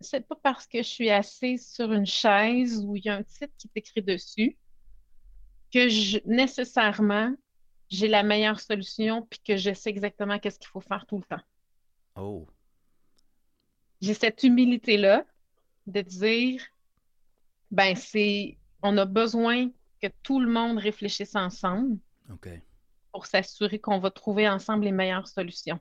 c'est pas parce que je suis assise sur une chaise où il y a un titre qui est écrit dessus que nécessairement j'ai la meilleure solution puis que je sais exactement qu'est-ce qu'il faut faire tout le temps. Oh, J'ai cette humilité-là de dire, on a besoin que tout le monde réfléchisse ensemble OK. pour s'assurer qu'on va trouver ensemble les meilleures solutions.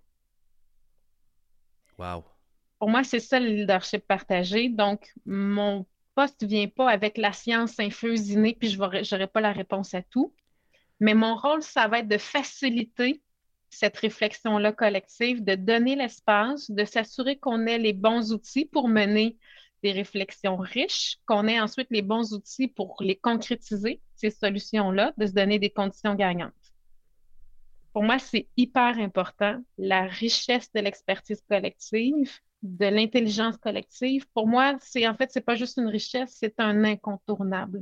Wow. Pour moi, c'est ça le leadership partagé. Donc, mon poste ne vient pas avec la science infuse innée, puis je n'aurai pas la réponse à tout. Mais mon rôle, ça va être de faciliter cette réflexion-là collective, de donner l'espace, de s'assurer qu'on ait les bons outils pour mener des réflexions riches, qu'on ait ensuite les bons outils pour les concrétiser, ces solutions-là, de se donner des conditions gagnantes. Pour moi, c'est hyper important, la richesse de l'expertise collective, de l'intelligence collective. Pour moi, c'est pas juste une richesse, c'est un incontournable.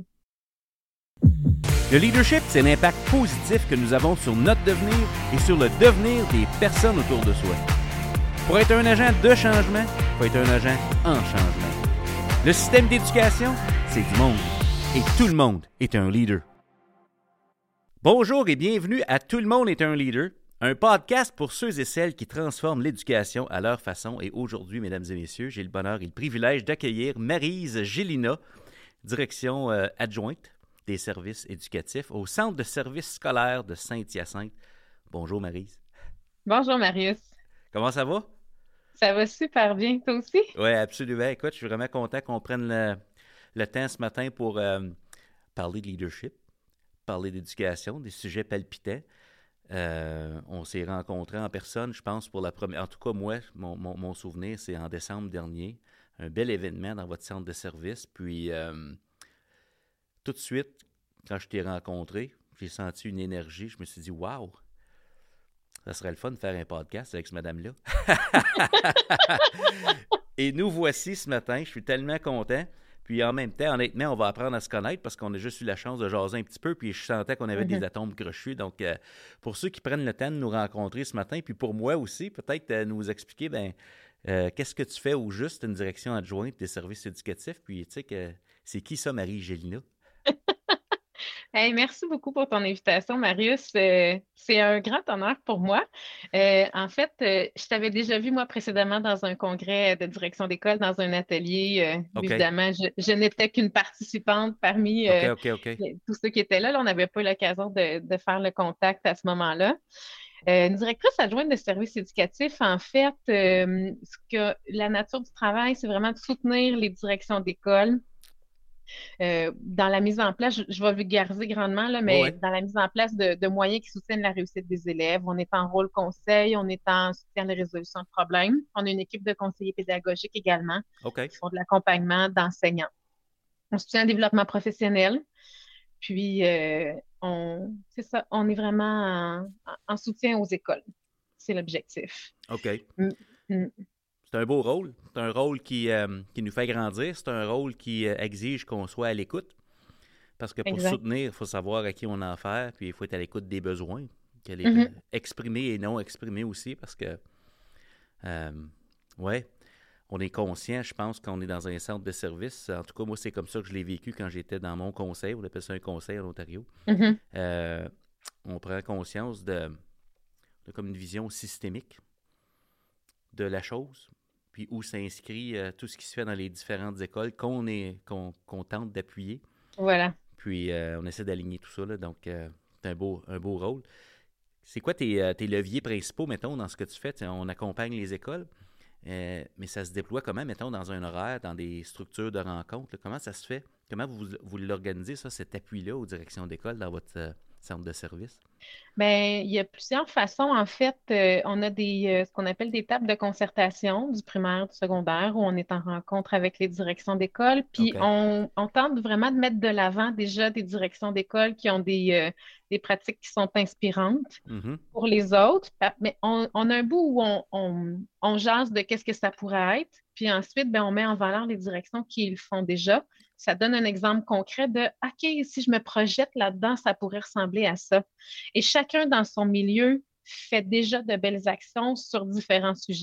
Le leadership, c'est l'impact positif que nous avons sur notre devenir et sur le devenir des personnes autour de soi. Pour être un agent de changement, il faut être un agent en changement. Le système d'éducation, c'est du monde. Et tout le monde est un leader. Bonjour et bienvenue à Tout le monde est un leader, un podcast pour ceux et celles qui transforment l'éducation à leur façon. Et aujourd'hui, mesdames et messieurs, j'ai le bonheur et le privilège d'accueillir Maryse Gélina, direction adjointe des services éducatifs au Centre de services scolaires de Saint-Hyacinthe. Bonjour Maryse. Bonjour Marius. Comment ça va? Ça va super bien, toi aussi? Oui, absolument. Écoute, je suis vraiment content qu'on prenne le temps ce matin pour parler de leadership, parler d'éducation, des sujets palpitants. On s'est rencontrés en personne, je pense, pour la première... En tout cas, moi, mon souvenir, c'est en décembre dernier. Un bel événement dans votre centre de service. Puis, tout de suite, quand je t'ai rencontré, j'ai senti une énergie. Je me suis dit, waouh, ça serait le fun de faire un podcast avec ce madame-là. Et nous voici ce matin. Je suis tellement content. Puis en même temps, honnêtement, on va apprendre à se connaître parce qu'on a juste eu la chance de jaser un petit peu. Puis je sentais qu'on avait des Mhm. atomes crochus. Donc, pour ceux qui prennent le temps de nous rencontrer ce matin, puis pour moi aussi, peut-être nous expliquer, qu'est-ce que tu fais au juste une direction adjointe des services éducatifs. Puis, tu sais, c'est qui ça, Marie Gélina? Hey, merci beaucoup pour ton invitation, Marius. C'est un grand honneur pour moi. En fait, je t'avais déjà vu, moi, précédemment dans un congrès de direction d'école, dans un atelier. OK, Évidemment, je n'étais qu'une participante parmi OK, OK, OK. tous ceux qui étaient là. Là, on n'avait pas eu l'occasion de faire le contact à ce moment-là. Une directrice adjointe de services éducatifs, en fait, la nature du travail, c'est vraiment de soutenir les directions d'école dans la mise en place, je vais vulgariser grandement, là, Ouais, mais ouais. dans la mise en place de moyens qui soutiennent la réussite des élèves. On est en rôle conseil, on est en soutien de résolution de problèmes. On a une équipe de conseillers pédagogiques également OK. qui font de l'accompagnement d'enseignants. On soutient le développement professionnel. Puis, c'est ça, on est vraiment en soutien aux écoles. C'est l'objectif. OK. Mm, mm, C'est un beau rôle. C'est un rôle qui nous fait grandir. C'est un rôle qui exige qu'on soit à l'écoute. Parce que pour exact. soutenir, il faut savoir à qui on a affaire, puis il faut être à l'écoute des besoins, qu'elle est Mhm, exprimée et non exprimée aussi, parce que, euh, ouais, on est conscient, je pense, qu'on est dans un centre de service. En tout cas, moi, c'est comme ça que je l'ai vécu quand j'étais dans mon conseil. On appelle ça un conseil en Ontario. mhm. Euh, on prend conscience de comme une vision systémique de la chose, puis où s'inscrit tout ce qui se fait dans les différentes écoles qu'on tente d'appuyer. Voilà. Puis on essaie d'aligner tout ça, là, donc c'est un beau rôle. C'est quoi tes leviers principaux, mettons, dans ce que tu fais? T'sais, on accompagne les écoles, mais ça se déploie comment, mettons, dans un horaire, dans des structures de rencontres? Là? Comment ça se fait? Comment vous l'organisez, ça, cet appui-là aux directions d'école dans votre centre de service? Ben, il y a plusieurs façons. En fait, on a ce qu'on appelle des tables de concertation du primaire, du secondaire, où on est en rencontre avec les directions d'école. Puis, OK. on tente vraiment de mettre de l'avant déjà des directions d'école qui ont des pratiques qui sont inspirantes Mhm. pour les autres. Mais on a un bout où on jase de qu'est-ce que ça pourrait être. Puis ensuite, ben, on met en valeur les directions qui le font déjà. Ça donne un exemple concret de OK, si je me projette là-dedans, ça pourrait ressembler à ça. Et chacun dans son milieu fait déjà de belles actions sur différents sujets.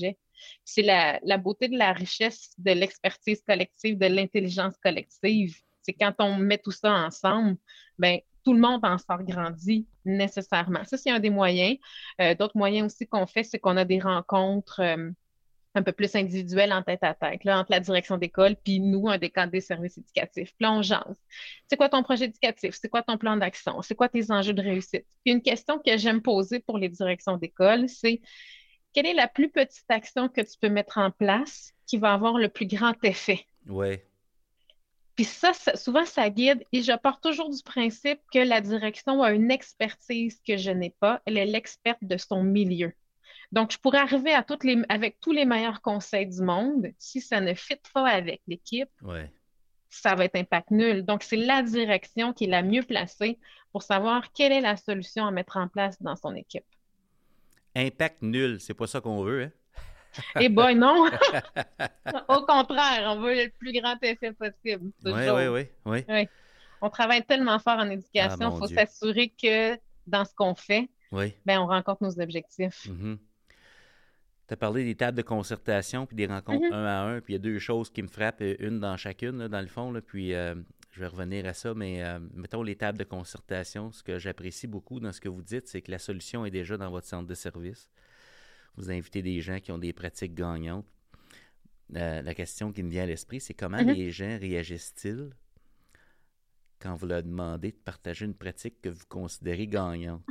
C'est la beauté de la richesse de l'expertise collective, de l'intelligence collective. C'est quand on met tout ça ensemble, ben, tout le monde en sort grandi nécessairement. Ça, c'est un des moyens. D'autres moyens aussi qu'on fait, c'est qu'on a des rencontres un peu plus individuelles en tête à tête, là, entre la direction d'école puis nous, un des cadres des services éducatifs. Puis là, on jase. C'est quoi ton projet éducatif? C'est quoi ton plan d'action? C'est quoi tes enjeux de réussite? Puis une question que j'aime poser pour les directions d'école, c'est quelle est la plus petite action que tu peux mettre en place qui va avoir le plus grand effet? Ouais. Puis ça, souvent, ça guide et je pars toujours du principe que la direction a une expertise que je n'ai pas. Elle est l'experte de son milieu. Donc, je pourrais arriver avec tous les meilleurs conseils du monde. Si ça ne fit pas avec l'équipe, Ouais. ça va être impact nul. Donc, c'est la direction qui est la mieux placée pour savoir quelle est la solution à mettre en place dans son équipe. Impact nul, c'est pas ça qu'on veut, hein? Eh boy, non! Au contraire, on veut le plus grand effet possible, Oui, toujours. oui, oui, oui. Oui. On travaille tellement fort en Ah, éducation, il mon faut Dieu. s'assurer que dans ce qu'on fait, Oui. ben, on rencontre nos objectifs. Tu as parlé des tables de concertation puis des rencontres Mhm, un à un, puis il y a deux choses qui me frappent, une dans chacune, là, dans le fond, là, puis je vais revenir à ça, mais mettons les tables de concertation, ce que j'apprécie beaucoup dans ce que vous dites, c'est que la solution est déjà dans votre centre de service. Vous invitez des gens qui ont des pratiques gagnantes. La question qui me vient à l'esprit, c'est comment mhm. les gens réagissent-ils quand vous leur demandez de partager une pratique que vous considérez gagnante?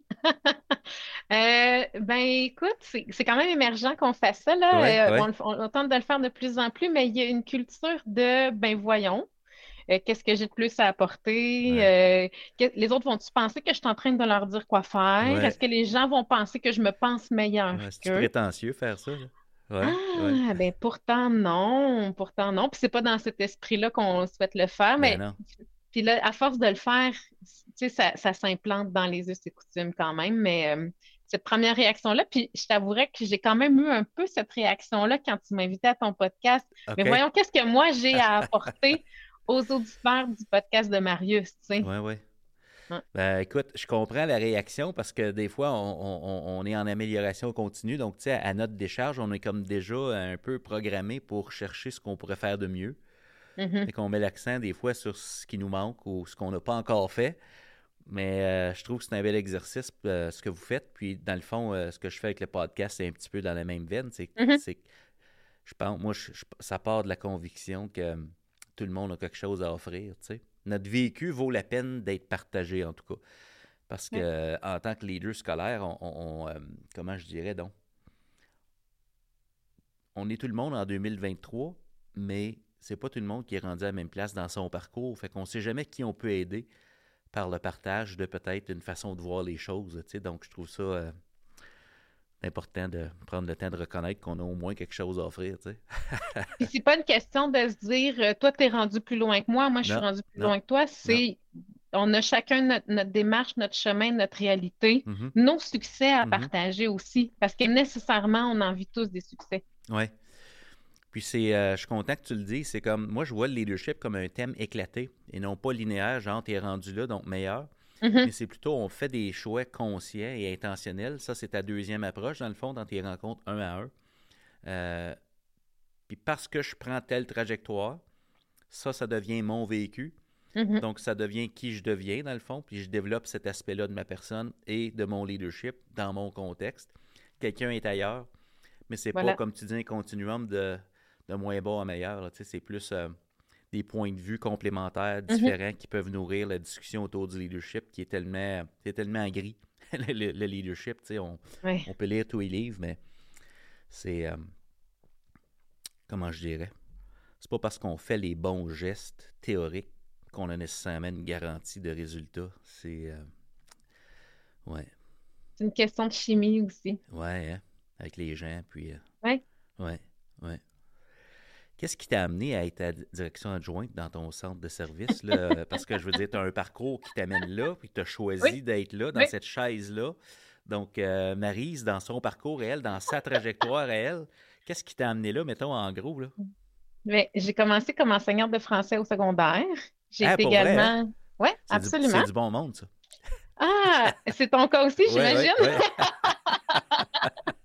Ben écoute, c'est quand même émergent qu'on fasse ça, Oui, là. oui. On tente de le faire de plus en plus, mais il y a une culture de ben voyons, qu'est-ce que j'ai de plus à apporter? Ouais. Les autres vont-tu penser que je suis en train de leur dire quoi faire? Ouais. Est-ce que les gens vont penser que je me pense meilleure Ouais, c'est-tu qu'eux? prétentieux faire ça, là? Ouais, ouais. Ah, ben pourtant non, pourtant non. Puis c'est pas dans cet esprit-là qu'on souhaite le faire, Ben mais non. puis là, à force de le faire, tu sais, ça s'implante dans les us et coutumes quand même. Mais cette première réaction-là, puis je t'avouerais que j'ai quand même eu un peu cette réaction-là quand tu m'invitais à ton podcast. Mais OK. voyons, qu'est-ce que moi j'ai à apporter aux auditeurs du podcast de Marius, tu sais? Ouais, ouais. Hein. Ben, écoute, je comprends la réaction parce que des fois, on est en amélioration continue. Donc, tu sais, à notre décharge, on est comme déjà un peu programmé pour chercher ce qu'on pourrait faire de mieux. Mhm. Et qu'on met l'accent des fois sur ce qui nous manque ou ce qu'on n'a pas encore fait. Mais je trouve que c'est un bel exercice, ce que vous faites. Puis, dans le fond, ce que je fais avec le podcast, c'est un petit peu dans la même veine. Mhm. Je pense, moi, ça part de la conviction que tout le monde a quelque chose à offrir, tu sais. Notre vécu vaut la peine d'être partagé, en tout cas. Parce que, Ouais. en tant que leader scolaire, comment je dirais donc, on est tout le monde en 2023, mais c'est pas tout le monde qui est rendu à la même place dans son parcours. Fait qu'on sait jamais qui on peut aider par le partage de peut-être une façon de voir les choses, tu sais. Donc, je trouve ça important de prendre le temps de reconnaître qu'on a au moins quelque chose à offrir, tu sais. Puis c'est pas une question de se dire, toi, t'es rendu plus loin que moi je suis Non, rendu plus non, loin que toi. non. On a chacun notre démarche, notre chemin, notre réalité, Mhm, nos succès à mhm. partager aussi, parce que nécessairement, on en vit tous des succès. Ouais. Puis je suis content que tu le dis, c'est comme, moi je vois le leadership comme un thème éclaté et non pas linéaire, genre t'es rendu là, donc meilleur. Mhm, Mais c'est plutôt, on fait des choix conscients et intentionnels. Ça, c'est ta deuxième approche, dans le fond, dans tes rencontres un à un. Euh, Puis parce que je prends telle trajectoire, ça devient mon vécu. mhm. Donc, ça devient qui je deviens, dans le fond. Puis je développe cet aspect-là de ma personne et de mon leadership dans mon contexte. Quelqu'un est ailleurs, mais c'est pas, Voilà. comme tu dis, un continuum de moins bas à meilleur, là. Tu sais, c'est plus des points de vue complémentaires, Mhm. différents, qui peuvent nourrir la discussion autour du leadership, qui est tellement gris. Le leadership, tu sais, Ouais. on peut lire tous les livres, mais c'est, comment je dirais, c'est pas parce qu'on fait les bons gestes théoriques qu'on a nécessairement une garantie de résultat. C'est, ouais, C'est une question de chimie aussi. ouais, hein, avec les gens, puis, Ouais. ouais, ouais. Qu'est-ce qui t'a amené à être à direction adjointe dans ton centre de service, là? Parce que je veux dire, tu as un parcours qui t'amène là, puis tu as Oui, choisi d'être là, dans oui. cette chaise-là. Donc, Maryse, dans son parcours à elle, dans sa trajectoire à elle, qu'est-ce qui t'a amené là, mettons, en gros, là? Mais j'ai commencé comme enseignante de français au secondaire. J'ai Ah, été pour vrai, hein? également. Oui, C'est absolument. du bon monde, ça. Ah, c'est ton cas aussi, Oui, oui, j'imagine? oui.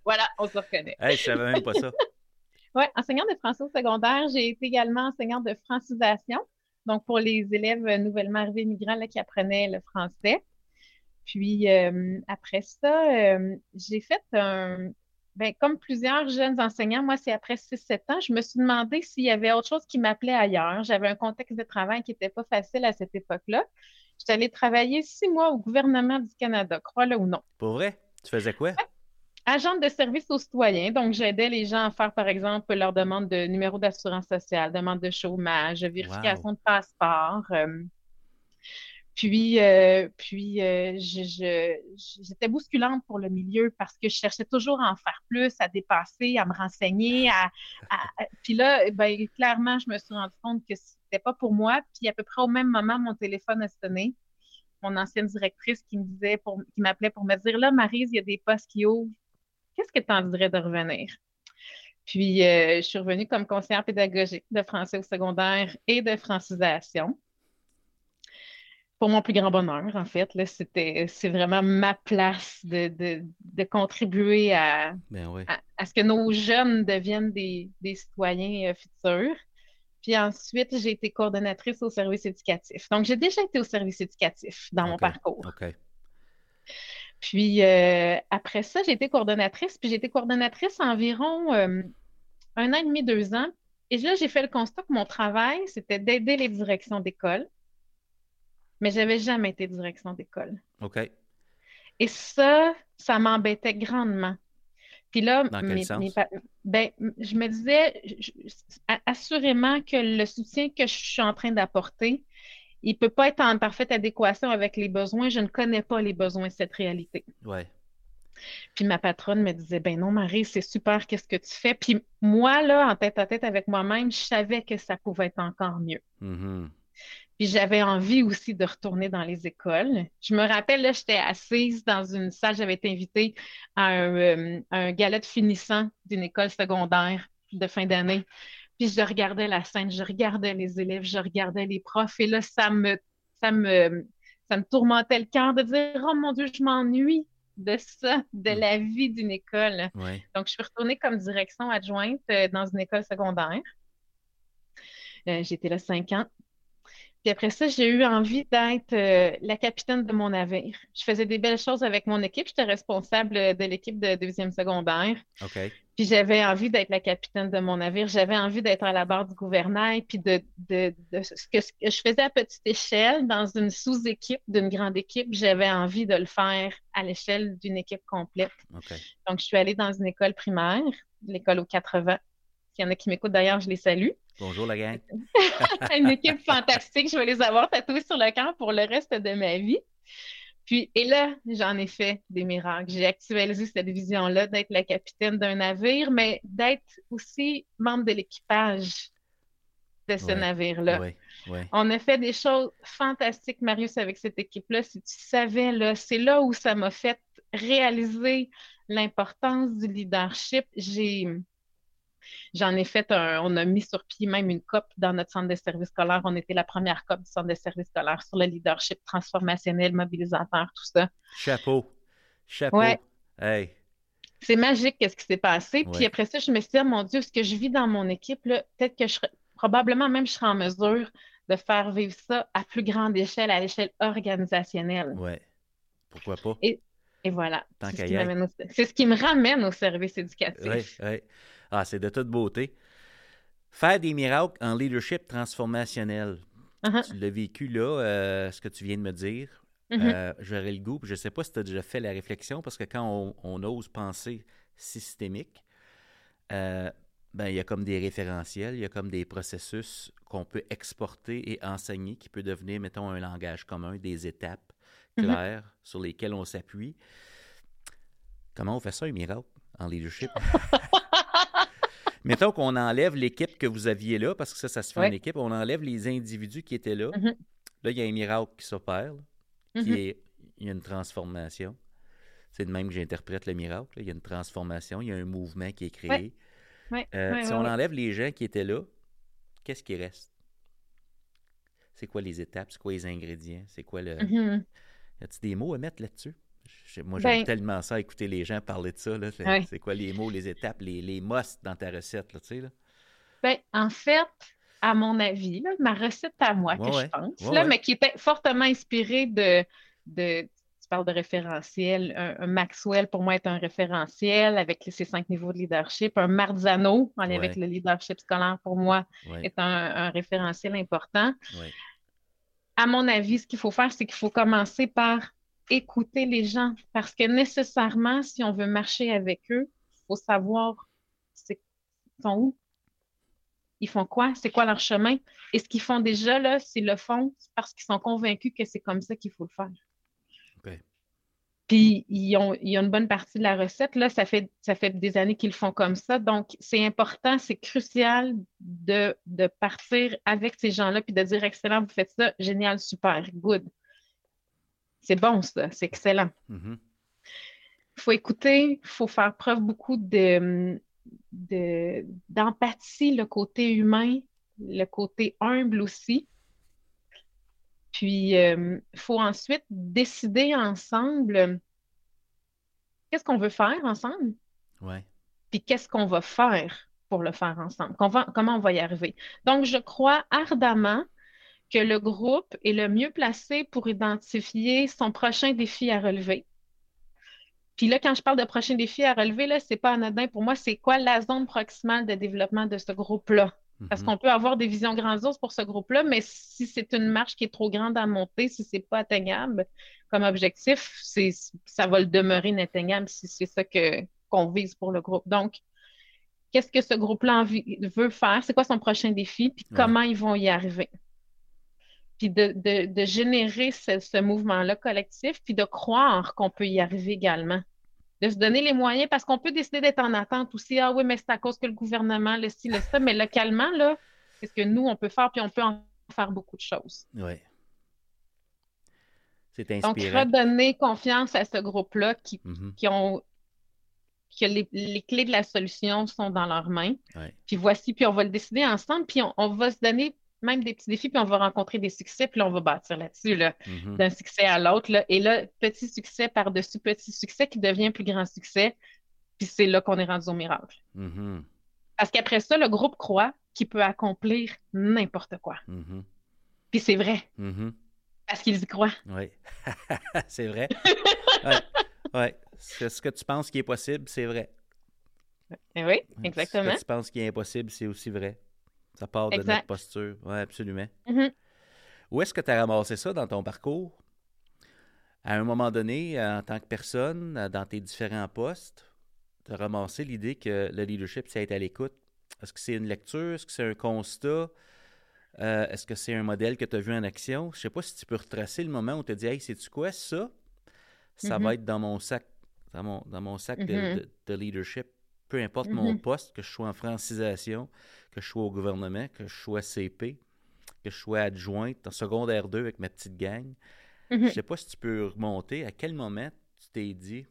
Voilà, on se reconnaît. Hey, je savais même pas ça. Oui, enseignante de français au secondaire. J'ai été également enseignante de francisation, donc pour les élèves nouvellement arrivés migrants là, qui apprenaient le français. Puis après ça, j'ai fait ben, comme plusieurs jeunes enseignants, moi, c'est après 6 7 ans, je me suis demandé s'il y avait autre chose qui m'appelait ailleurs. J'avais un contexte de travail qui n'était pas facile à cette époque-là. J'étais allée travailler 6 mois au gouvernement du Canada, crois-le ou non. Pour vrai? Tu faisais quoi? Agente de service aux citoyens, donc j'aidais les gens à faire, par exemple, leur demande de numéro d'assurance sociale, demande de chômage, Wow. vérification de passeport. J'étais bousculante pour le milieu parce que je cherchais toujours à en faire plus, à dépasser, à me renseigner. Puis là, ben, clairement, je me suis rendu compte que c'était pas pour moi. Puis à peu près au même moment, mon téléphone a sonné. Mon ancienne directrice qui me disait, qui m'appelait pour me dire, là, Maryse, il y a des postes qui ouvrent. Qu'est-ce que tu en dirais de revenir? Puis, je suis revenue comme conseillère pédagogique de français au secondaire et de francisation. Pour mon plus grand bonheur, en fait, là, c'est vraiment ma place de contribuer Ben oui. à ce que nos jeunes deviennent des citoyens futurs. Puis ensuite, j'ai été coordonnatrice au service éducatif. Donc, j'ai déjà été au service éducatif dans mon OK. parcours. OK. Puis après ça, j'ai été coordonnatrice. Puis j'ai été coordonnatrice environ 1 an et demi, 2 ans. Et là, j'ai fait le constat que mon travail, c'était d'aider les directions d'école, mais j'avais jamais été direction d'école. OK. Et ça m'embêtait grandement. Puis là, Dans quel sens? ben, je me disais, assurément que le soutien que je suis en train d'apporter, il peut pas être en parfaite adéquation avec les besoins. Je ne connais pas les besoins de cette réalité. Ouais. Puis ma patronne me disait, ben non, Marie, c'est super, qu'est-ce que tu fais? Puis moi, là, en tête à tête avec moi-même, je savais que ça pouvait être encore mieux. Mhm. Puis j'avais envie aussi de retourner dans les écoles. Je me rappelle, là, j'étais assise dans une salle, j'avais été invitée à un gala de finissant d'une école secondaire de fin d'année. Puis je regardais la scène, je regardais les élèves, je regardais les profs. Et là, ça me, ça me tourmentait le cœur de dire, oh mon Dieu, je m'ennuie de ça, de Mm. la vie d'une école. Ouais. Donc, je suis retournée comme direction adjointe dans une école secondaire. J'ai été là 5 ans. Puis après ça, j'ai eu envie d'être la capitaine de mon navire. Je faisais des belles choses avec mon équipe. J'étais responsable de l'équipe de deuxième secondaire. OK. Puis j'avais envie d'être la capitaine de mon navire. J'avais envie d'être à la barre du gouvernail. Puis de ce que je faisais à petite échelle dans une sous-équipe d'une grande équipe, j'avais envie de le faire à l'échelle d'une équipe complète. OK. Donc, je suis allée dans une école primaire, l'école aux 80. S'il y en a qui m'écoutent d'ailleurs, je les salue. Bonjour, la gang. Une équipe fantastique. Je vais les avoir tatoués sur le cœur pour le reste de ma vie. Puis, et là, j'en ai fait des miracles. J'ai actualisé cette vision-là d'être la capitaine d'un navire, mais d'être aussi membre de l'équipage de ce Ouais. navire-là. Ouais. Ouais. On a fait des choses fantastiques, Marius, avec cette équipe-là. Si tu savais, là, c'est là où ça m'a fait réaliser l'importance du leadership. J'en ai fait on a mis sur pied même une COP dans notre centre de service scolaire. On était la première COP du centre de service scolaire sur le leadership transformationnel, mobilisateur, tout ça. Chapeau. Ouais, Chapeau. Hey. c'est magique qu'est-ce qui s'est passé. Puis Ouais. après ça, je me suis dit, oh mon Dieu, ce que je vis dans mon équipe, là, peut-être que probablement même je serai en mesure de faire vivre ça à plus grande échelle, à l'échelle organisationnelle. Ouais. Pourquoi pas? Et, et voilà, Tant qu'à y être. c'est ce qui me ramène au service Ouais. éducatif. Ouais. Ah, c'est de toute beauté. Faire des miracles en leadership transformationnel. Uh-huh, Tu l'as vécu là, ce que tu viens de me dire. mhm, J'aurais le goût, puis je ne sais pas si tu as déjà fait la réflexion, parce que quand on ose penser systémique, ben, il y a comme des référentiels, il y a comme des processus qu'on peut exporter et enseigner, qui peut devenir, mettons, un langage commun, des étapes mhm. claires sur lesquelles on s'appuie. Comment on fait ça, un miracle en leadership? Mettons qu'on enlève l'équipe que vous aviez là, parce que ça se fait en Ouais. équipe, on enlève les individus qui étaient là. Mhm, Là, il y a un miracle qui s'opère, là, mhm. il y a une transformation. C'est de même que j'interprète le miracle. Là. Il y a une transformation, il y a un mouvement qui est Ouais, créé. ouais, ouais, Si ouais, on ouais. enlève les gens qui étaient là, qu'est-ce qui reste? C'est quoi les étapes? C'est quoi les ingrédients? C'est quoi le... Mhm. Y a-t-il des mots à mettre là-dessus? Moi, j'aime Ben, tellement ça, écouter les gens parler de ça. Là. ouais. C'est quoi les mots, les étapes, les must dans ta recette, là, tu sais, là? Ben, en fait, à mon avis, là, ma recette à moi Ouais, que je ouais. pense, Ouais, là, ouais. mais qui était fortement inspirée tu parles de référentiel, un Maxwell pour moi est un référentiel avec ses 5 niveaux de leadership, un Marzano en lien avec Ouais, le leadership scolaire pour moi ouais, est un référentiel important. ouais. À mon avis, ce qu'il faut faire, c'est qu'il faut commencer par écouter les gens parce que nécessairement, si on veut marcher avec eux, il faut savoir c'est- ils sont où, ils font quoi, c'est quoi leur chemin. Et ce qu'ils font déjà, là, c'est le font parce qu'ils sont convaincus que c'est comme ça qu'il faut le faire. OK. Puis, ils ont une bonne partie de la recette. Là, ça fait des années qu'ils le font comme ça. Donc, c'est important, c'est crucial de partir avec ces gens-là puis de dire, excellent, vous faites ça, génial, super, good. C'est bon, ça, c'est excellent. Mhm. Il faut écouter, il faut faire preuve beaucoup d'empathie, le côté humain, le côté humble aussi. Puis, il faut ensuite décider ensemble qu'est-ce qu'on veut faire ensemble, Ouais. puis qu'est-ce qu'on va faire pour le faire ensemble, comment on va y arriver. Donc, je crois ardemment que le groupe est le mieux placé pour identifier son prochain défi à relever. Puis là, quand je parle de prochain défi à relever, là, c'est pas anodin pour moi, c'est quoi la zone proximale de développement de ce groupe-là? Parce Mhm. qu'on peut avoir des visions grandioses pour ce groupe-là, mais si c'est une marche qui est trop grande à monter, si c'est pas atteignable comme objectif, ça va le demeurer inatteignable si c'est ça qu'on vise pour le groupe. Donc, qu'est-ce que ce groupe-là veut faire? C'est quoi son prochain défi? Puis Ouais. comment ils vont y arriver? Puis de générer ce mouvement-là collectif, puis de croire qu'on peut y arriver également de se donner les moyens parce qu'on peut décider d'être en attente aussi. Ah oui, mais c'est à cause que le gouvernement, le ci, le ça. Mais localement, là, qu'est-ce que nous, on peut faire? Puis on peut en faire beaucoup de choses. Ouais. C'est Donc, inspirant. redonner confiance à ce groupe-là Mhm. qui ont que les clés de la solution sont dans leurs mains. Ouais. Puis voici, puis on va le décider ensemble, puis on va se donner même des petits défis, puis on va rencontrer des succès, puis là, on va bâtir là-dessus, là, Mhm. d'un succès à l'autre. Là. Et là, petit succès par-dessus petit succès qui devient plus grand succès, puis c'est là qu'on est rendu au miracle. Mhm. Parce qu'après ça, le groupe croit qu'il peut accomplir n'importe quoi. Mhm. Puis c'est vrai, Mhm. parce qu'ils y croient. Ouais. C'est vrai. Ouais. Ouais. C'est ce que tu penses qui est possible, c'est vrai. Eh oui, Ouais. Ce que exactement. tu penses qui est impossible, c'est aussi vrai. Ça part de notre Exact. posture. Oui, absolument. Mhm, Où est-ce que tu as ramassé ça dans ton parcours? À un moment donné, en tant que personne, dans tes différents postes, tu as ramassé l'idée que le leadership, c'est être à l'écoute. Est-ce que c'est une lecture? Est-ce que c'est un constat? Est-ce que c'est un modèle que tu as vu en action? Je ne sais pas si tu peux retracer le moment où tu as dit, hey, sais-tu quoi, ça va mhm, être dans mon sac, dans mon sac mhm, de leadership. Peu importe mon mhm, poste, que je sois en francisation, que je sois au gouvernement, que je sois CP, que je sois adjointe en secondaire 2 avec ma petite gang. Je ne mhm. sais pas si tu peux remonter à quel moment tu t'es dit,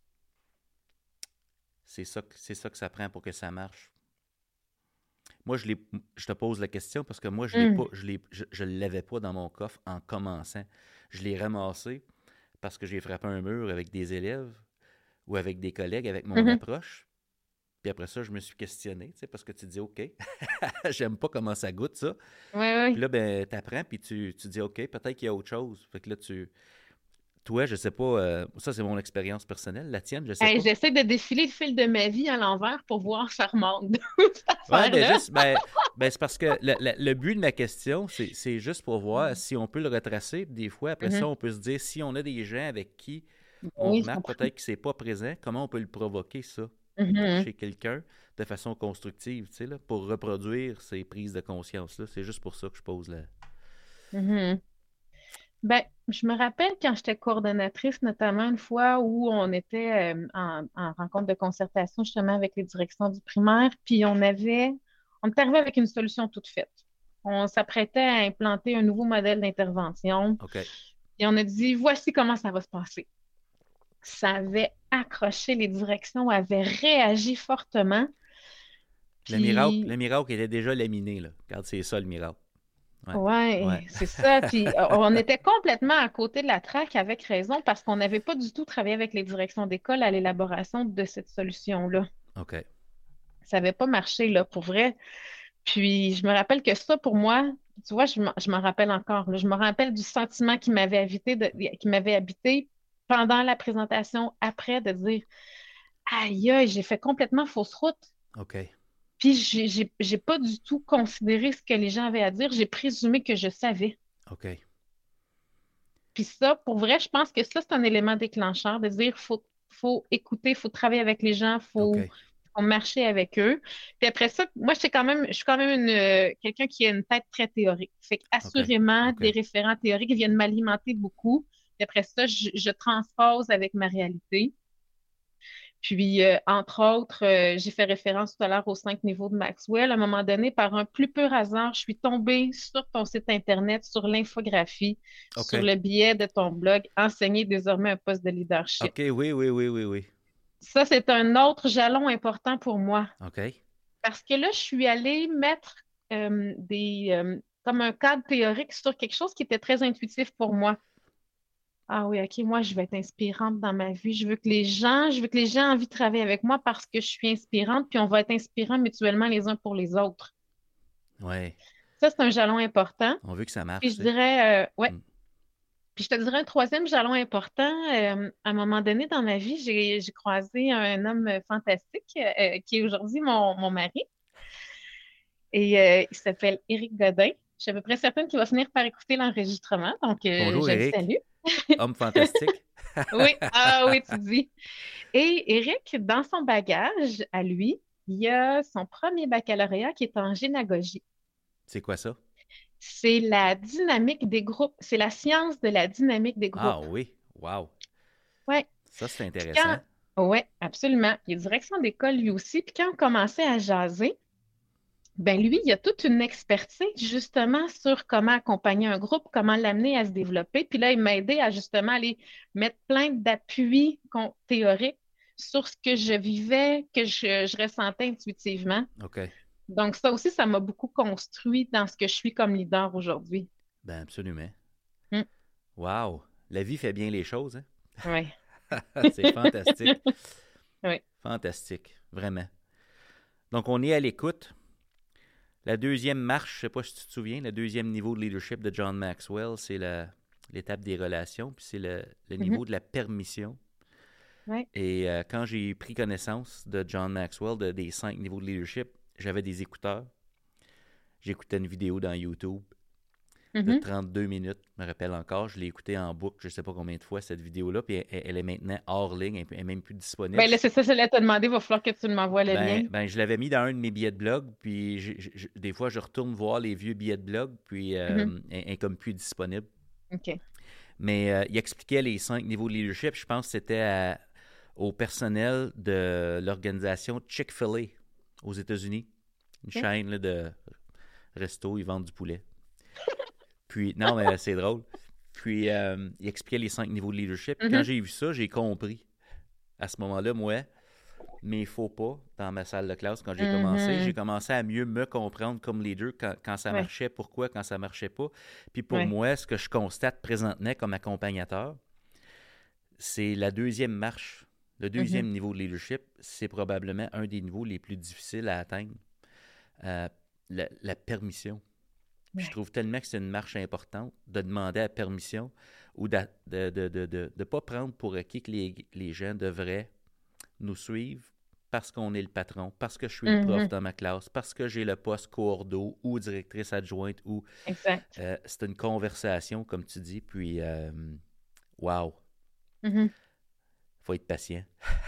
c'est ça que ça prend pour que ça marche. Moi, je te pose la question parce que moi, je l'ai pas, Mhm. je l'avais pas dans mon coffre en commençant. Je l'ai ramassé parce que j'ai frappé un mur avec des élèves ou avec des collègues avec mon Mhm. approche. Puis après ça, je me suis questionné, tu sais, parce que tu dis, OK, j'aime pas comment ça goûte, ça. Oui, Puis oui. là, ben, t'apprends, puis tu dis, OK, peut-être qu'il y a autre chose. Fait que là, toi, je sais pas, ça, c'est mon expérience personnelle. La tienne, je sais Hey, pas. j'essaie de défiler le fil de ma vie à l'envers pour voir ça remonte d'où cette Ouais, ben affaire-là. juste, c'est parce que le but de ma question, c'est juste pour voir si on peut le retracer. Puis des fois, après ça, Mhm. on peut se dire, si on a des gens avec qui on Oui, je remarque comprends. peut-être que c'est pas présent, comment on peut le provoquer, ça, Mhm. chez quelqu'un, de façon constructive, tu sais, là, pour reproduire ces prises de conscience-là. C'est juste pour ça que je pose la... Mhm. Ben, je me rappelle quand j'étais coordonnatrice, notamment une fois où on était en rencontre de concertation justement avec les directions du primaire, puis on est arrivé avec une solution toute faite. On s'apprêtait à implanter un nouveau modèle d'intervention OK. et on a dit, voici comment ça va se passer. Ça avait accroché, les directions avaient réagi fortement, Le puis miracle était déjà laminé, là. Regarde, c'est ça, le miracle. Ouais. Ouais. Ouais, c'est ça. Puis on était complètement à côté de la traque avec raison parce qu'on n'avait pas du tout travaillé avec les directions d'école à l'élaboration de cette solution-là. OK. Ça n'avait pas marché, là, pour vrai. Puis je me rappelle que ça, pour moi, tu vois, je m'en rappelle encore, là. Je me rappelle du sentiment qui m'avait habité pendant la présentation, après, de dire, aïe, aïe, j'ai fait complètement fausse route. OK. Puis j'ai pas du tout considéré ce que les gens avaient à dire. J'ai présumé que je savais. OK. Puis ça, pour vrai, je pense que ça, c'est un élément déclencheur de dire faut écouter, faut travailler avec les gens, OK. faut marcher avec eux. Puis après ça, moi, je suis quand même quelqu'un qui a une tête très théorique. Fait OK. qu'assurément, des OK. référents théoriques viennent m'alimenter beaucoup. Puis après ça, je transpose avec ma réalité. Puis, entre autres, j'ai fait référence tout à l'heure aux 5 niveaux de Maxwell. À un moment donné, par un plus pur hasard, je suis tombée sur ton site Internet, sur l'infographie, sur OK. le biais de ton blog, enseigner désormais un poste de leadership. OK. Oui, oui, oui, oui, oui. Ça, c'est un autre jalon important pour moi OK. parce que là, je suis allée mettre comme un cadre théorique sur quelque chose qui était très intuitif pour moi. Ah oui, OK, moi, je vais être inspirante dans ma vie. Je veux que les gens aient envie de travailler avec moi parce que je suis inspirante, puis on va être inspirants mutuellement les uns pour les autres. Ouais. Ça, c'est un jalon important. On veut que ça Puis marche, je tu sais. dirais, ouais. Mm. Puis je te dirais un troisième jalon important. À un moment donné dans ma vie, j'ai croisé un homme fantastique qui est aujourd'hui mon mari. Et il s'appelle Éric Godin. Je suis à peu près certaine qu'il va finir par écouter l'enregistrement. Donc, Bonjour, je le Eric. salue. Homme fantastique. Oui, ah oui, tu dis. Et Eric, dans son bagage, à lui, il y a son premier baccalauréat qui est en génagogie. C'est quoi ça? C'est la dynamique des groupes. C'est la science de la dynamique des Ah groupes. oui. Wow. Ouais. Ça, c'est Puis intéressant. ouais, absolument. Il est direction d'école lui aussi. Puis quand on commençait à jaser, ben lui, il a toute une expertise justement sur comment accompagner un groupe, comment l'amener à se développer. Puis là, il m'a aidé à justement aller mettre plein d'appuis théoriques sur ce que je vivais, que je ressentais intuitivement. OK. Donc ça aussi, ça m'a beaucoup construit dans ce que je suis comme leader aujourd'hui. Ben, absolument. Mm. Wow. La vie fait bien les choses, hein? Ouais. C'est fantastique. Ouais. Fantastique. Vraiment. Donc, on est à l'écoute. La deuxième marche, je ne sais pas si tu te souviens, le deuxième niveau de leadership de John Maxwell, c'est l'étape des relations, puis c'est le Mhm. niveau de la permission. Ouais. Et quand j'ai pris connaissance de John Maxwell, des 5 niveaux de leadership, j'avais des écouteurs. J'écoutais une vidéo dans YouTube de Mhm. 32 minutes, je me rappelle encore. Je l'ai écoutée en boucle, je ne sais pas combien de fois, cette vidéo-là, puis elle est maintenant hors ligne, elle n'est même plus disponible. Ben là, c'est ça, je l'ai te demander, il va falloir que tu m'envoies le lien. Je l'avais mis dans un de mes billets de blog, puis des fois, je retourne voir les vieux billets de blog, puis Mhm. elle est comme plus disponible. OK. Mais il expliquait les 5 niveaux de leadership. Je pense que c'était au personnel de l'organisation Chick-fil-A aux États-Unis. Une OK. chaîne là, de resto, ils vendent du poulet. Puis, non, mais c'est drôle. Puis, il expliquait les 5 niveaux de leadership. Puis, quand Mhm. j'ai vu ça, j'ai compris. À ce moment-là, moi, mes faux pas dans ma salle de classe quand j'ai Mhm. commencé à mieux me comprendre comme leader quand ça Ouais. marchait, pourquoi, quand ça marchait pas. Puis pour Ouais. moi, ce que je constate présentement comme accompagnateur, c'est la deuxième marche. Le Mhm. deuxième niveau de leadership, c'est probablement un des niveaux les plus difficiles à atteindre. Euh, la permission. Puis je Ouais. trouve tellement que c'est une marche importante de demander la permission ou de ne pas prendre pour acquis que les gens devraient nous suivre parce qu'on est le patron, parce que je suis le prof Mhm. dans ma classe, parce que j'ai le poste coordo ou directrice adjointe ou Exact. c'est une conversation, comme tu dis, puis wow, Mhm. faut être patient.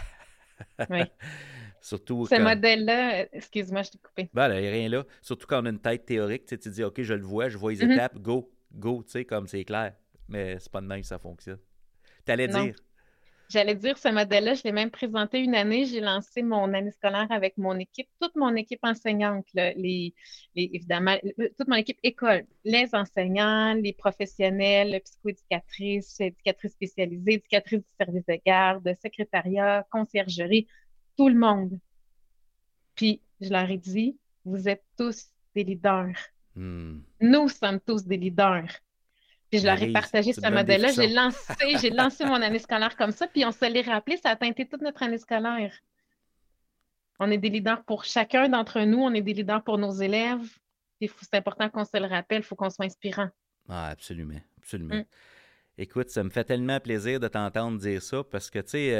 Oui. Surtout Ce quand. modèle-là, excuse-moi, je t'ai coupé. Ben, il n'y a rien là. Surtout quand on a une tête théorique, tu sais, tu dis, OK, je le vois, je vois les Mhm. étapes, go, go, tu sais, comme c'est clair. Mais c'est pas de même que ça fonctionne. T'allais Non. dire. J'allais dire, ce modèle-là, je l'ai même présenté une année. J'ai lancé mon année scolaire avec mon équipe, toute mon équipe enseignante, là, évidemment, toute mon équipe école, les enseignants, les professionnels, psychoéducatrices, éducatrices spécialisées, éducatrices du service de garde, secrétariat, conciergerie, tout le monde. Puis, je leur ai dit, vous êtes tous des leaders. Hmm. Nous sommes tous des leaders. Puis je leur ai Maryse, partagé tu me ce donnes des modèle-là. frissons. J'ai lancé mon année scolaire comme ça, puis on se l'est rappelé, ça a teinté toute notre année scolaire. On est des leaders pour chacun d'entre nous, on est des leaders pour nos élèves. C'est important qu'on se le rappelle, il faut qu'on soit inspirant. Ah, absolument, absolument. Mm. Écoute, ça me fait tellement plaisir de t'entendre dire ça parce que, tu sais,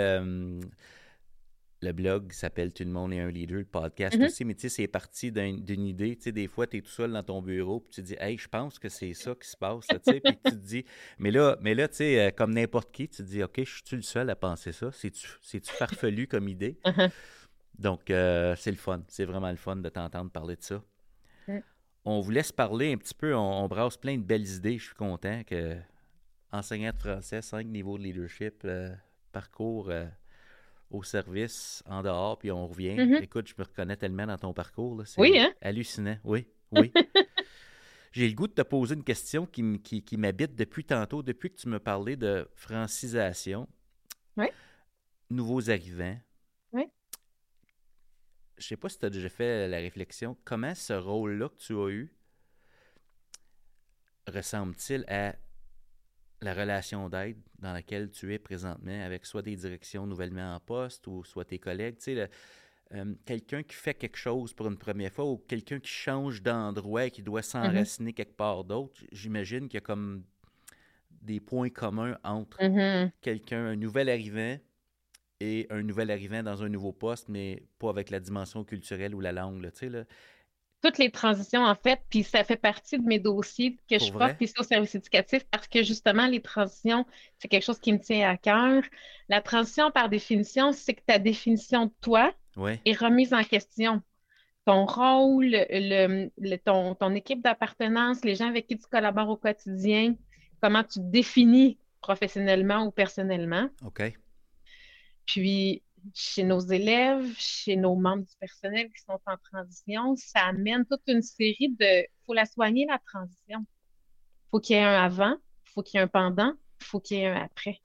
le blog s'appelle Tout le monde est un leader, le podcast Mhm. aussi, mais tu sais, c'est parti d'une idée. Tu sais, des fois, tu es tout seul dans ton bureau, puis tu te dis, hey, je pense que c'est ça qui se passe, là, tu sais, puis tu te dis, mais là, tu sais, comme n'importe qui, tu te dis, OK, je suis-tu le seul à penser ça? C'est-tu farfelu comme idée? Mhm. Donc, c'est le fun. C'est vraiment le fun de t'entendre parler de ça. Mm. On vous laisse parler un petit peu. On brasse plein de belles idées. Je suis content que enseignant de français, 5 niveaux de leadership, parcours au service, en dehors, puis on revient. Mhm. Écoute, je me reconnais tellement dans ton parcours. Là, Oui, c'est hein? hallucinant. Oui, oui. J'ai le goût de te poser une question qui m'habite depuis tantôt, depuis que tu me parlais de francisation, Oui, nouveaux arrivants. oui. Je sais pas si tu as déjà fait la réflexion, comment ce rôle-là que tu as eu ressemble-t-il à la relation d'aide dans laquelle tu es présentement avec soit des directions nouvellement en poste ou soit tes collègues? Tu sais, quelqu'un qui fait quelque chose pour une première fois ou quelqu'un qui change d'endroit et qui doit Mhm. s'enraciner quelque part d'autre, j'imagine qu'il y a comme des points communs entre Mhm. quelqu'un, un nouvel arrivant et un nouvel arrivant dans un nouveau poste, mais pas avec la dimension culturelle ou la langue, là, tu sais, là. Toutes les transitions, en fait, puis ça fait partie de mes dossiers que Pour je porte vrai? ici au service éducatif parce que justement, les transitions, c'est quelque chose qui me tient à cœur. La transition, par définition, c'est que ta définition de toi Oui. est remise en question. Ton rôle, ton équipe d'appartenance, les gens avec qui tu collabores au quotidien, comment tu te définis professionnellement ou personnellement. OK. Puis, chez nos élèves, chez nos membres du personnel qui sont en transition, ça amène toute une série de... Il faut la soigner, la transition. Il faut qu'il y ait un avant, il faut qu'il y ait un pendant, il faut qu'il y ait un après.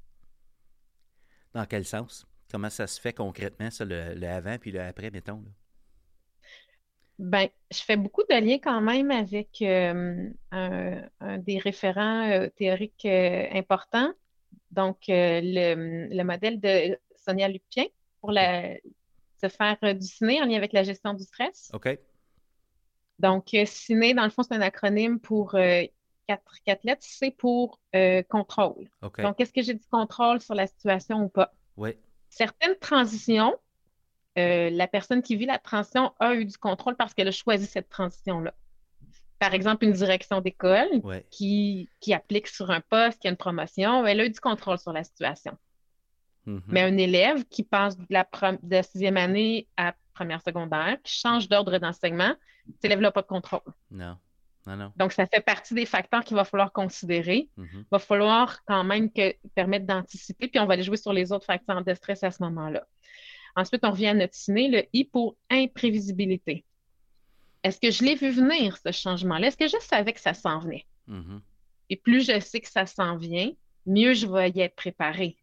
Dans quel sens? Comment ça se fait concrètement, ça, le avant puis le après, mettons, là? Ben, je fais beaucoup de liens quand même avec un des référents théoriques importants. Donc, le modèle de Sonia Lupien pour OK. se faire du ciné en lien avec la gestion du stress. OK. Donc, ciné, dans le fond, c'est un acronyme pour quatre lettres. C pour contrôle. OK. Donc, est-ce que j'ai du contrôle sur la situation ou pas? Oui. Certaines transitions, la personne qui vit la transition a eu du contrôle parce qu'elle a choisi cette transition-là. Par exemple, une direction d'école Oui. qui applique sur un poste, qui a une promotion, elle a eu du contrôle sur la situation. Mhm. Mais un élève qui passe de la sixième année à première secondaire, qui change d'ordre d'enseignement, cet élève n'a pas de contrôle. Non. Non, non. Donc, ça fait partie des facteurs qu'il va falloir considérer. Mhm. Il va falloir quand même permettre d'anticiper, puis on va aller jouer sur les autres facteurs de stress à ce moment-là. Ensuite, on revient à notre ciné, le I pour imprévisibilité. Est-ce que je l'ai vu venir, ce changement-là? Est-ce que je savais que ça s'en venait? Mhm. Et plus je sais que ça s'en vient, mieux je vais y être préparée.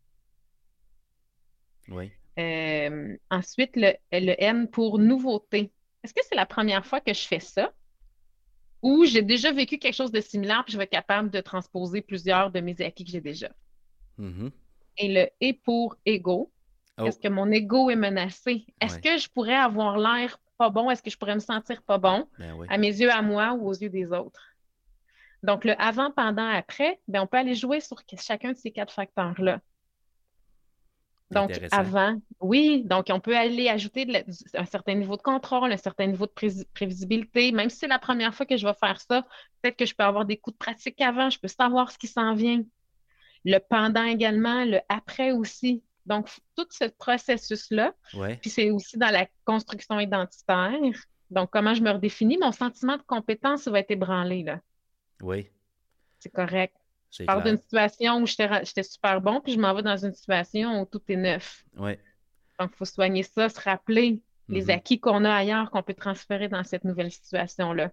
Oui. Ensuite, le N pour nouveauté. Est-ce que c'est la première fois que je fais ça? Ou j'ai déjà vécu quelque chose de similaire, puis je vais être capable de transposer plusieurs de mes acquis que j'ai déjà. Mhm. Et le et pour ego. Oh. Est-ce que mon ego est menacé? Est-ce Oui. que je pourrais avoir l'air pas bon? Est-ce que je pourrais me sentir pas bon Ben oui. à mes yeux, à moi ou aux yeux des autres? Donc, le avant, pendant, après, ben, on peut aller jouer sur chacun de ces quatre facteurs-là. Donc, Intéressant. avant, oui, donc on peut aller ajouter un certain niveau de contrôle, un certain niveau de prévisibilité. Même si c'est la première fois que je vais faire ça, peut-être que je peux avoir des coups de pratique avant, je peux savoir ce qui s'en vient. Le pendant également, le après aussi. Donc, tout ce processus-là, Oui. puis c'est aussi dans la construction identitaire. Donc, comment je me redéfinis, mon sentiment de compétence va être ébranlé, là. Oui. C'est correct. Je C'est parle d'une clair. situation où j'étais super bon, puis je m'en vais dans une situation où tout est neuf. Oui. Donc, il faut soigner ça, se rappeler les Mhm. acquis qu'on a ailleurs qu'on peut transférer dans cette nouvelle situation-là.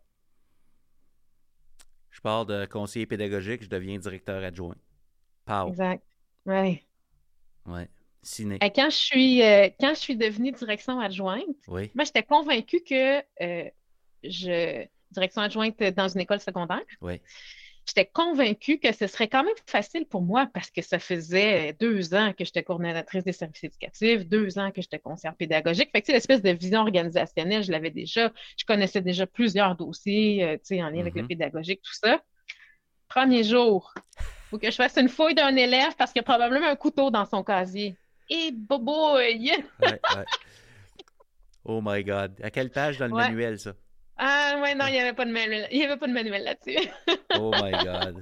Je pars de conseiller pédagogique, je deviens directeur adjoint. Pow. Exact. Ouais. Oui. Ciné. Et quand je suis devenue direction adjointe, Oui. moi, j'étais convaincue que je direction adjointe dans une école secondaire. Oui. J'étais convaincue que ce serait quand même facile pour moi parce que ça faisait 2 ans que j'étais coordonnatrice des services éducatifs, 2 ans que j'étais conseillère pédagogique. Fait que, tu sais, l'espèce de vision organisationnelle, je l'avais déjà. Je connaissais déjà plusieurs dossiers, tu sais, en lien avec le Mhm. pédagogique, tout ça. Premier jour, il faut que je fasse une fouille d'un élève parce qu'il y a probablement un couteau dans son casier. Et boboy! Ouais, ouais. Oh my God. À quelle page dans le Ouais. manuel, ça? Ah, ouais, non, il Ouais. n'y avait pas de manuel. Il y avait pas de manuel là-dessus. Oh my God.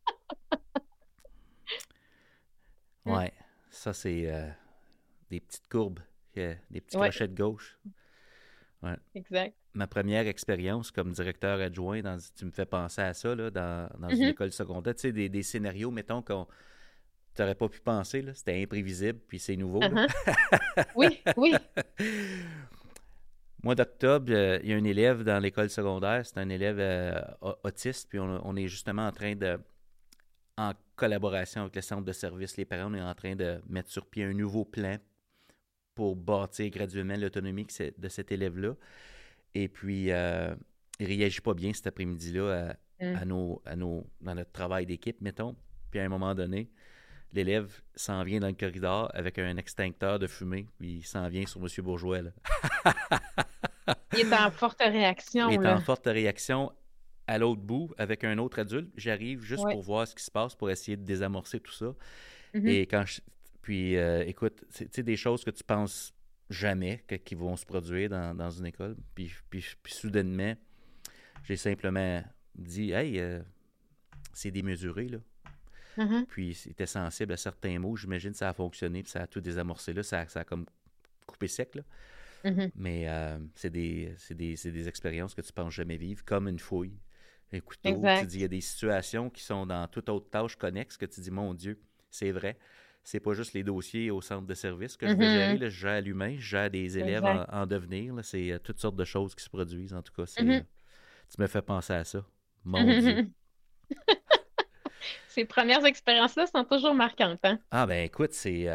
Mm. Ouais. Ça, c'est des petites courbes, des petits Ouais, crochets de gauche. Ouais. exact. Ma première expérience comme directeur adjoint, tu me fais penser à ça, là, dans une Mhm. école secondaire. Tu sais, des scénarios, mettons, qu'on t'aurais pas pu penser, là. C'était imprévisible, puis c'est nouveau, là. Uh-huh. Oui, oui. Mois d'octobre, il y a un élève dans l'école secondaire, c'est un élève autiste, puis on est justement en train de, en collaboration avec le centre de services, les parents, on est en train de mettre sur pied un nouveau plan pour bâtir graduellement l'autonomie de cet élève-là. Et puis, il réagit pas bien cet après-midi-là Mm. dans notre travail d'équipe, mettons. Puis à un moment donné, l'élève s'en vient dans le corridor avec un extincteur de fumée, puis il s'en vient sur M. Bourgeois, là. Il est en forte Il réaction, est en là. forte réaction à l'autre bout avec un autre adulte. J'arrive juste Ouais. pour voir ce qui se passe, pour essayer de désamorcer tout ça. Mhm. Et puis, écoute, c'est des choses que tu penses jamais qui vont se produire dans une école. Puis soudainement, j'ai simplement dit, hey, c'est démesuré, là. Mhm. Puis c'était sensible à certains mots. J'imagine que ça a fonctionné, puis ça a tout désamorcé là. Ça a comme coupé sec, là. Mhm. Mais c'est des expériences que tu penses jamais vivre, comme une fouille, un couteau. Tu dis, il y Exact. a des situations qui sont dans toute autre tâche connexe que tu dis, mon Dieu, c'est vrai. C'est pas juste les dossiers au centre de service que je vais gérer. Mhm. Là, je gère l'humain, je gère des élèves Exact. en devenir. Là. C'est toutes sortes de choses qui se produisent. En tout cas, Mhm. tu me fais penser à ça. Mon Dieu. Mhm. Ces premières expériences-là sont toujours marquantes, hein? Ah ben écoute, c'est...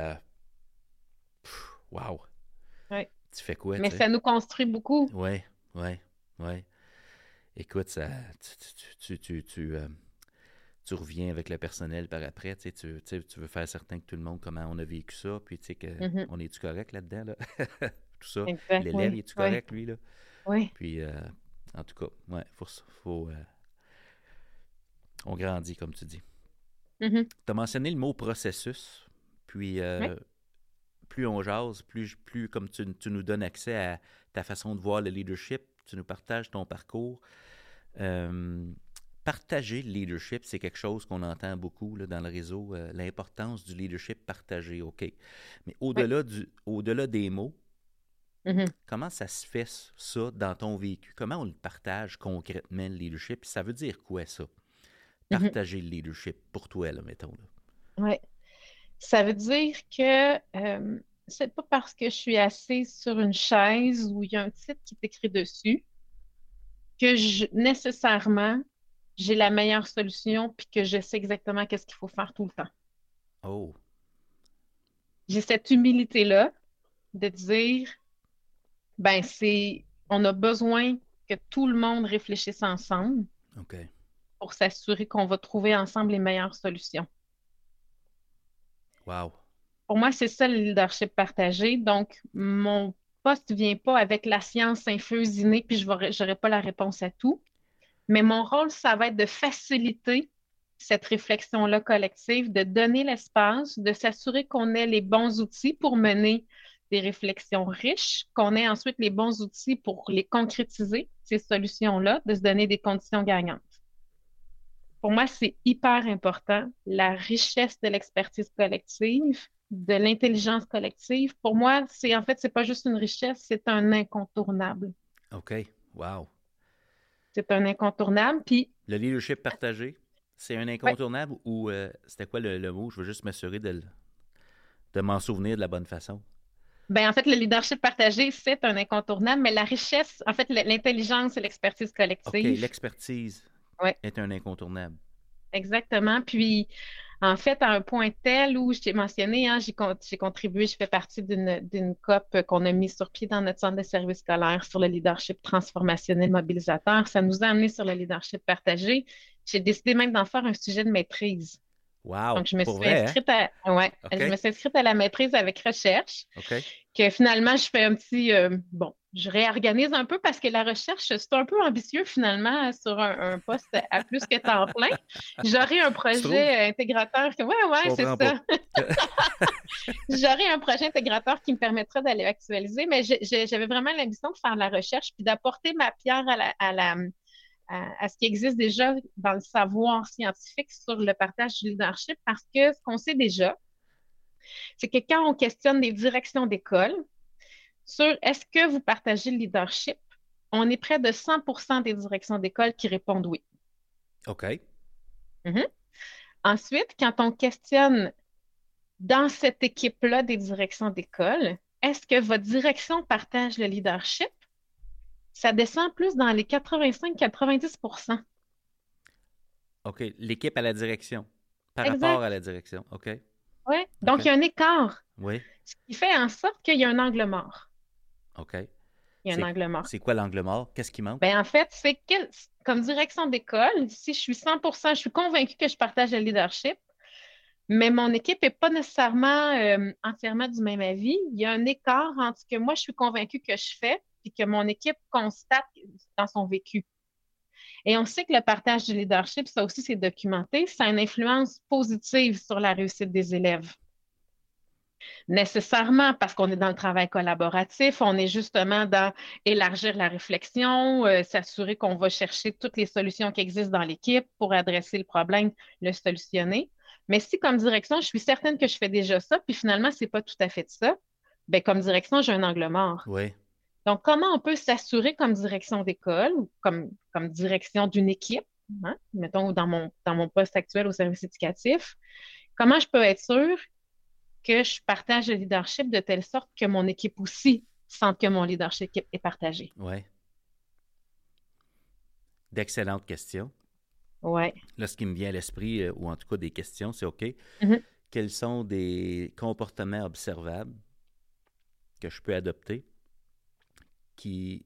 wow. Ouais. Tu fais quoi, Mais tu sais? ça nous construit beaucoup. Ouais, ouais, ouais. Écoute, ça, tu reviens avec le personnel par après, tu veux faire certain que tout le monde, comment on a vécu ça, puis tu sais, Mhm. on est-tu correct là-dedans, là? Tout ça. Exact, L'élève, oui. est-tu Oui. correct, lui, là? Oui. Puis, en tout cas, ouais, on grandit, comme tu dis. Mhm. Tu as mentionné le mot processus, puis Oui. plus on jase, plus comme tu nous donnes accès à ta façon de voir le leadership, tu nous partages ton parcours. Euh, Partager le leadership, c'est quelque chose qu'on entend beaucoup là, dans le réseau, l'importance du leadership partagé, OK. Mais Oui. au-delà des mots, Mhm. comment ça se fait ça dans ton vécu? Comment on le partage concrètement, le leadership? Puis ça veut dire quoi, ça? Mhm. Partager le leadership pour toi, là, mettons. Là. Oui. Ça veut dire que c'est pas parce que je suis assise sur une chaise où il y a un titre qui est écrit dessus que nécessairement j'ai la meilleure solution puis que je sais exactement qu'est-ce qu'il faut faire tout le temps. Oh, J'ai cette humilité-là de dire, ben on a besoin que tout le monde réfléchisse ensemble OK. pour s'assurer qu'on va trouver ensemble les meilleures solutions. Wow. Pour moi, c'est ça le leadership partagé. Donc, mon poste ne vient pas avec la science infuse innée, puis je n'aurai pas la réponse à tout. Mais mon rôle, ça va être de faciliter cette réflexion-là collective, de donner l'espace, de s'assurer qu'on ait les bons outils pour mener des réflexions riches, qu'on ait ensuite les bons outils pour les concrétiser, ces solutions-là, de se donner des conditions gagnantes. Pour moi, c'est hyper important, la richesse de l'expertise collective, de l'intelligence collective. Pour moi, c'est pas juste une richesse, c'est un incontournable. OK. Wow. C'est un incontournable. Puis, Le leadership partagé, c'est un ouais, incontournable ou c'était quoi le mot? Je veux juste m'assurer de m'en souvenir de la bonne façon. ben, en fait, le leadership partagé, c'est un incontournable, mais la richesse, en fait, l'intelligence et l'expertise OK, collective, l'expertise ouais, est un incontournable. exactement. Puis, En fait, à un point tel où je t'ai mentionné, hein, j'ai contribué, je fais partie d'une COP qu'on a mis sur pied dans notre centre de services scolaires sur le leadership transformationnel mobilisateur. Ça nous a amené sur le leadership partagé. J'ai décidé même d'en faire un sujet de maîtrise. Wow! Donc, je me Pour suis vrai, hein? inscrite à, ouais, OK? je me suis inscrite à la maîtrise avec recherche, OK? que finalement, je fais un petit, bon, je réorganise un peu parce que la recherche, c'est un peu ambitieux finalement sur un poste à plus que temps plein. J'aurai un Tu trouves? projet intégrateur que, ouais, Je ouais, c'est comprends pas. ça. J'aurai un projet intégrateur qui me permettra d'aller actualiser, mais j'avais vraiment l'ambition de faire de la recherche puis d'apporter ma pierre à ce qui existe déjà dans le savoir scientifique sur le partage du leadership parce que ce qu'on sait déjà, c'est que quand on questionne des directions d'école sur est-ce que vous partagez le leadership, on est près de 100% des directions d'école qui répondent oui. OK. Mhm. Ensuite, quand on questionne dans cette équipe-là des directions d'école, est-ce que votre direction partage le leadership? Ça descend plus dans les 85-90%. OK. L'équipe à la direction. Par rapport à Exact. la direction. OK. Ouais. Donc, OK. il y a un écart, Oui. ce qui fait en sorte qu'il y a un angle mort. OK. Il y a un C'est, angle mort. c'est quoi l'angle mort? Qu'est-ce qui manque? Ben, en fait, c'est que, comme direction d'école, si je suis 100%, je suis convaincue que je partage le leadership, mais mon équipe n'est pas nécessairement entièrement du même avis. Il y a un écart entre ce que moi, je suis convaincue que je fais et que mon équipe constate dans son vécu. Et on sait que le partage du leadership, ça aussi, c'est documenté, ça a une influence positive sur la réussite des élèves. Nécessairement parce qu'on est dans le travail collaboratif, on est justement dans élargir la réflexion, s'assurer qu'on va chercher toutes les solutions qui existent dans l'équipe pour adresser le problème, le solutionner. Mais si comme direction, je suis certaine que je fais déjà ça, puis finalement, c'est pas tout à fait ça, ben comme direction, j'ai un angle mort. Oui. Donc, comment on peut s'assurer comme direction d'école ou comme direction d'une équipe, hein, mettons dans mon poste actuel au service éducatif, comment je peux être sûre que je partage le leadership de telle sorte que mon équipe aussi sente que mon leadership est partagé? Oui. D'excellentes questions. Ouais. Là, ce qui me vient à l'esprit, ou en tout cas des questions, c'est OK. Mhm. Quels sont des comportements observables que je peux adopter qui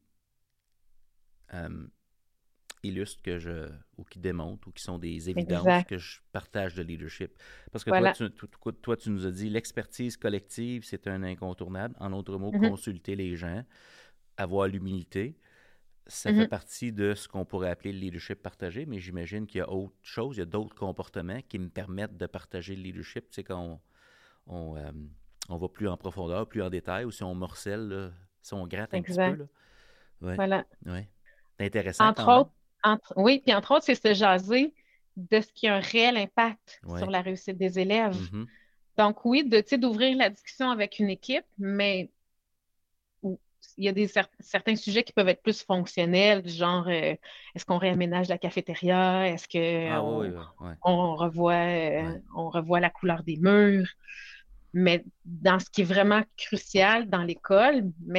euh, illustrent ou qui démontrent, ou qui sont des évidences Exact. que je partage de leadership? Parce que toi, Voilà. tu nous as dit l'expertise collective, c'est un incontournable. En d'autres mots, Mhm. consulter les gens, avoir l'humilité. Ça fait Mhm. partie de ce qu'on pourrait appeler le leadership partagé, mais j'imagine qu'il y a autre chose, il y a d'autres comportements qui me permettent de partager le leadership. Tu sais, quand on, euh, on va plus en profondeur, plus en détail, ou si on morcelle, là, si on gratte un petit peu, Exact. là. Oui, Voilà. oui. C'est intéressant Entre quand même. autres, oui, puis entre autres, c'est se jaser de ce qui a un réel impact sur Oui. la réussite des élèves. Mhm. Donc, oui, tu sais, d'ouvrir la discussion avec une équipe, mais il y a certains sujets qui peuvent être plus fonctionnels, du genre est-ce qu'on réaménage la cafétéria? Est-ce Ah oui, qu'on oui, oui. Ouais, ouais. on revoit la couleur des murs? Mais dans ce qui est vraiment crucial dans l'école, mais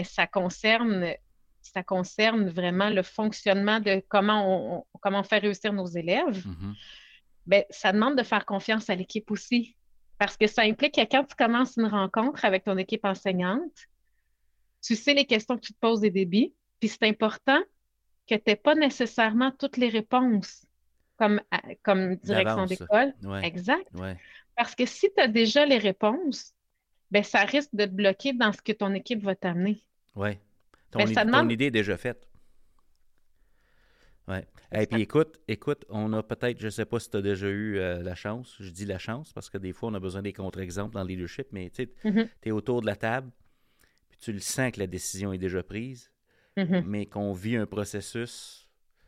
ça concerne vraiment le fonctionnement de comment on fait réussir nos élèves, Mhm. ben, ça demande de faire confiance à l'équipe aussi. Parce que ça implique que quand tu commences une rencontre avec ton équipe enseignante, tu sais les questions que tu te poses des débits, puis c'est important que tu n'aies pas nécessairement toutes les réponses comme direction D'avance. d'école. Oui, Exact. oui, Parce que si tu as déjà les réponses, ben, ça risque de te bloquer dans ce que ton équipe va t'amener. oui. Ben, ça Ton demande. idée est déjà faite. Ouais. Et puis Exact. écoute, on a peut-être, je ne sais pas si tu as déjà eu la chance, je dis la chance parce que des fois on a besoin des contre-exemples dans le leadership, mais tu sais, Mhm, tu es autour de la table, puis tu le sens que la décision est déjà prise, mhm. mais qu'on vit un processus,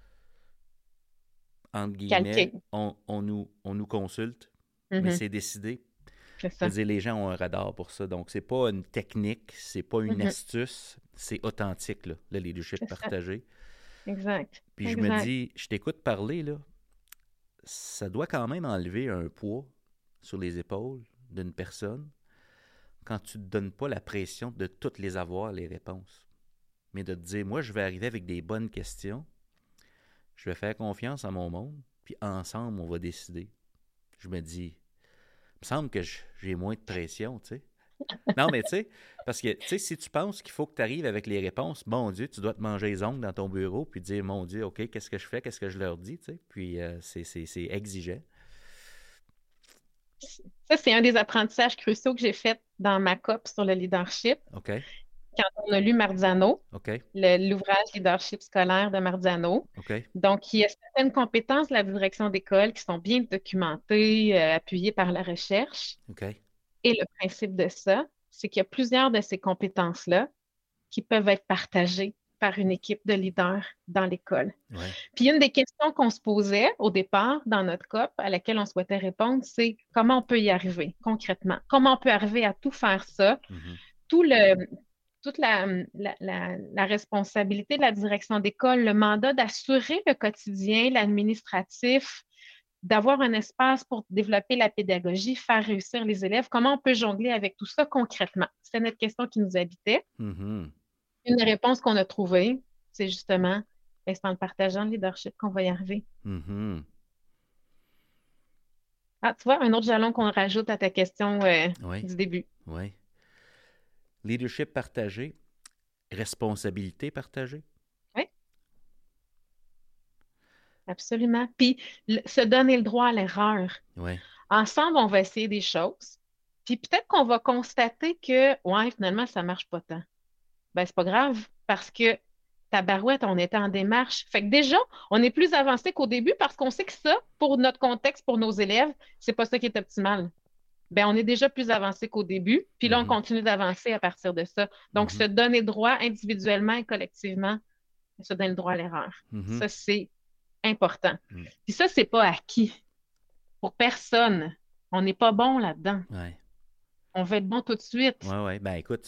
entre guillemets, Calqué. on nous consulte, mais Mhm, c'est décidé. c'est Je veux ça. dire, les gens ont un radar pour ça, donc c'est pas une technique, c'est pas une Mhm, astuce, c'est authentique, là, le leadership c'est ça. partagé. Exact. Puis je me Exact. dis, je t'écoute parler, là, ça doit quand même enlever un poids sur les épaules d'une personne quand tu ne te donnes pas la pression de toutes les avoir, les réponses. Mais de te dire, moi, je vais arriver avec des bonnes questions, je vais faire confiance à mon monde, puis ensemble, on va décider. Je me dis, me semble que j'ai moins de pression, tu sais. Non, mais tu sais, parce que, tu sais, si tu penses qu'il faut que tu arrives avec les réponses, mon Dieu, tu dois te manger les ongles dans ton bureau, puis dire, mon Dieu, OK, qu'est-ce que je fais, qu'est-ce que je leur dis, tu sais. Puis c'est exigeant. Ça, c'est un des apprentissages cruciaux que j'ai fait dans ma COP sur le leadership. OK, Quand on a lu Marzano, OK, l'ouvrage Leadership scolaire de Marzano. OK, Donc, il y a certaines compétences de la direction d'école qui sont bien documentées, appuyées par la recherche. OK, Et le principe de ça, c'est qu'il y a plusieurs de ces compétences-là qui peuvent être partagées par une équipe de leaders dans l'école. ouais. Puis une des questions qu'on se posait au départ dans notre COP, à laquelle on souhaitait répondre, c'est comment on peut y arriver concrètement? Comment on peut arriver à tout faire ça? Mhm, Tout le, toute la responsabilité de la direction d'école, le mandat d'assurer le quotidien, l'administratif, d'avoir un espace pour développer la pédagogie, faire réussir les élèves. Comment on peut jongler avec tout ça concrètement? C'est notre question qui nous habitait. mhm, Une réponse qu'on a trouvée, c'est justement, ben, c'est en le partageant le leadership qu'on va y arriver. mhm. Ah, tu vois, un autre jalon qu'on rajoute à ta question Oui, du début. oui. Leadership partagé, responsabilité partagée. Oui, absolument. Puis, se donner le droit à l'erreur. Oui. Ensemble, on va essayer des choses. Puis peut-être qu'on va constater que, ouais, finalement, ça marche pas tant. Ben, c'est pas grave, parce que ta barouette, on était en démarche. Fait que déjà, on est plus avancé qu'au début parce qu'on sait que ça, pour notre contexte, pour nos élèves, c'est pas ça qui est optimal. Ben, on est déjà plus avancé qu'au début, puis là, on Mhm, continue d'avancer à partir de ça. Donc, se mhm, donner droit individuellement et collectivement, se donner le droit à l'erreur. mhm, Ça, c'est important. mhm. Puis ça, c'est pas acquis pour personne. On n'est pas bon là-dedans. Ouais. On veut être bon tout de suite. Ouais, ouais. Ben écoute,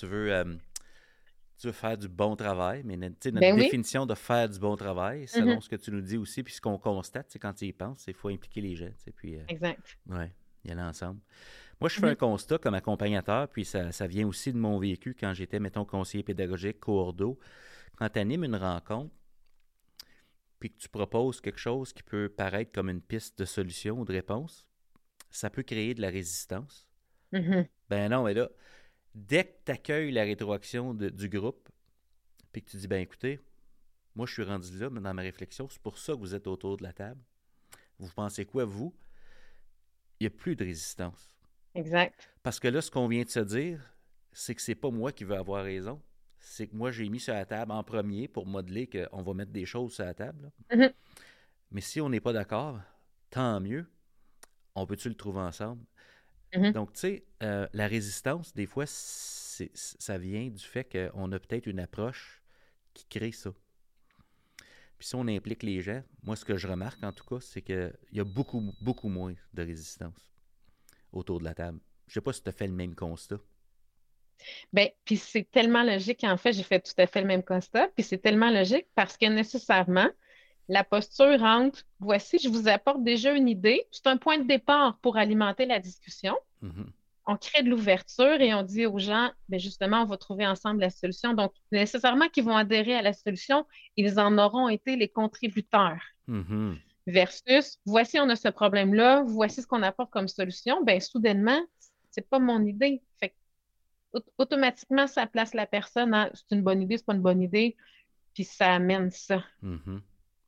tu veux faire du bon travail, mais tu sais, notre Ben oui. définition de faire du bon travail, selon Mhm. ce que tu nous dis aussi, puis ce qu'on constate, c'est quand tu y penses, il faut impliquer les gens, tu sais, puis Exact. ouais, y aller ensemble. Moi, je fais un Mhm. constat comme accompagnateur, puis ça vient aussi de mon vécu quand j'étais, mettons, conseiller pédagogique, coordo. Quand tu animes une rencontre, puis que tu proposes quelque chose qui peut paraître comme une piste de solution ou de réponse, ça peut créer de la résistance. Mhm. Ben non, mais là, dès que tu accueilles la rétroaction du groupe, puis que tu dis, ben écoutez, moi je suis rendu là, mais dans ma réflexion, c'est pour ça que vous êtes autour de la table. Vous pensez quoi, vous? Il n'y a plus de résistance. Exact. Parce que là, ce qu'on vient de se dire, c'est que c'est pas moi qui veux avoir raison. C'est que moi, j'ai mis sur la table en premier pour modeler qu'on va mettre des choses sur la table, là. Mhm. Mais si on n'est pas d'accord, tant mieux. On peut-tu le trouver ensemble? Mhm. Donc, tu sais, la résistance, des fois, ça vient du fait qu'on a peut-être une approche qui crée ça. Puis si on implique les gens, moi, ce que je remarque en tout cas, c'est qu'il y a beaucoup, beaucoup moins de résistance autour de la table. Je sais pas si tu as fait le même constat. Ben, puis c'est tellement logique. En fait, j'ai fait tout à fait le même constat. Puis c'est tellement logique parce que nécessairement, la posture entre voici, je vous apporte déjà une idée. C'est un point de départ pour alimenter la discussion. Mhm. On crée de l'ouverture et on dit aux gens, ben justement, on va trouver ensemble la solution. Donc, nécessairement qu'ils vont adhérer à la solution, ils en auront été les contributeurs. Mhm. Versus, voici, on a ce problème-là, voici ce qu'on apporte comme solution. Ben, soudainement, c'est pas mon idée. Fait que automatiquement, ça place la personne à c'est une bonne idée, c'est pas une bonne idée, puis ça amène ça. Mhm.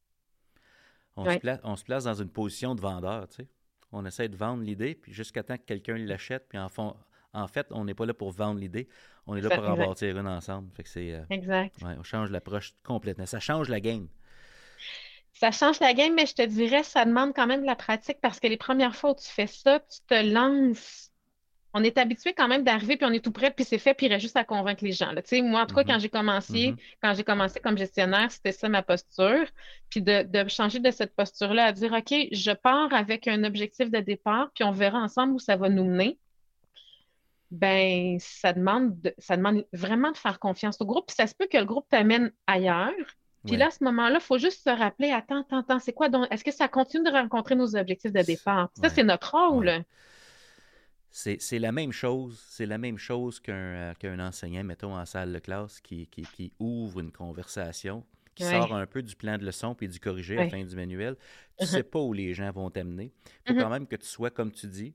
Oui, On se place dans une position de vendeur, tu sais. On essaie de vendre l'idée, puis jusqu'à temps que quelqu'un l'achète, puis en fait, on n'est pas là pour vendre l'idée, on est là pour en exact. bâtir une ensemble. Fait que Exact. ouais, on change l'approche complètement. Ça change la game. Ça change la game, mais je te dirais, ça demande quand même de la pratique parce que les premières fois où tu fais ça, tu te lances. On est habitué quand même d'arriver, puis on est tout prêt, puis c'est fait, puis il reste juste à convaincre les gens, là. Tu sais, moi, en tout cas, Mhm. Mhm. quand j'ai commencé comme gestionnaire, c'était ça ma posture. Puis de changer de cette posture-là à dire, OK, je pars avec un objectif de départ, puis on verra ensemble où ça va nous mener. Ben, ça demande vraiment de faire confiance au groupe. Puis ça se peut que le groupe t'amène ailleurs. Puis là, Ouais, à ce moment-là, il faut juste se rappeler, attends, c'est quoi donc, est-ce que ça continue de rencontrer nos objectifs de départ? Puis ça, ouais, c'est notre ouais. rôle. C'est la même chose. C'est la même chose qu'un enseignant, mettons, en salle de classe, qui ouvre une conversation, qui sort Oui, un peu du plan de leçon puis du corrigé à la oui. fin du manuel. Tu sais Mhm, pas où les gens vont t'amener. Il faut mhm. quand même que tu sois, comme tu dis,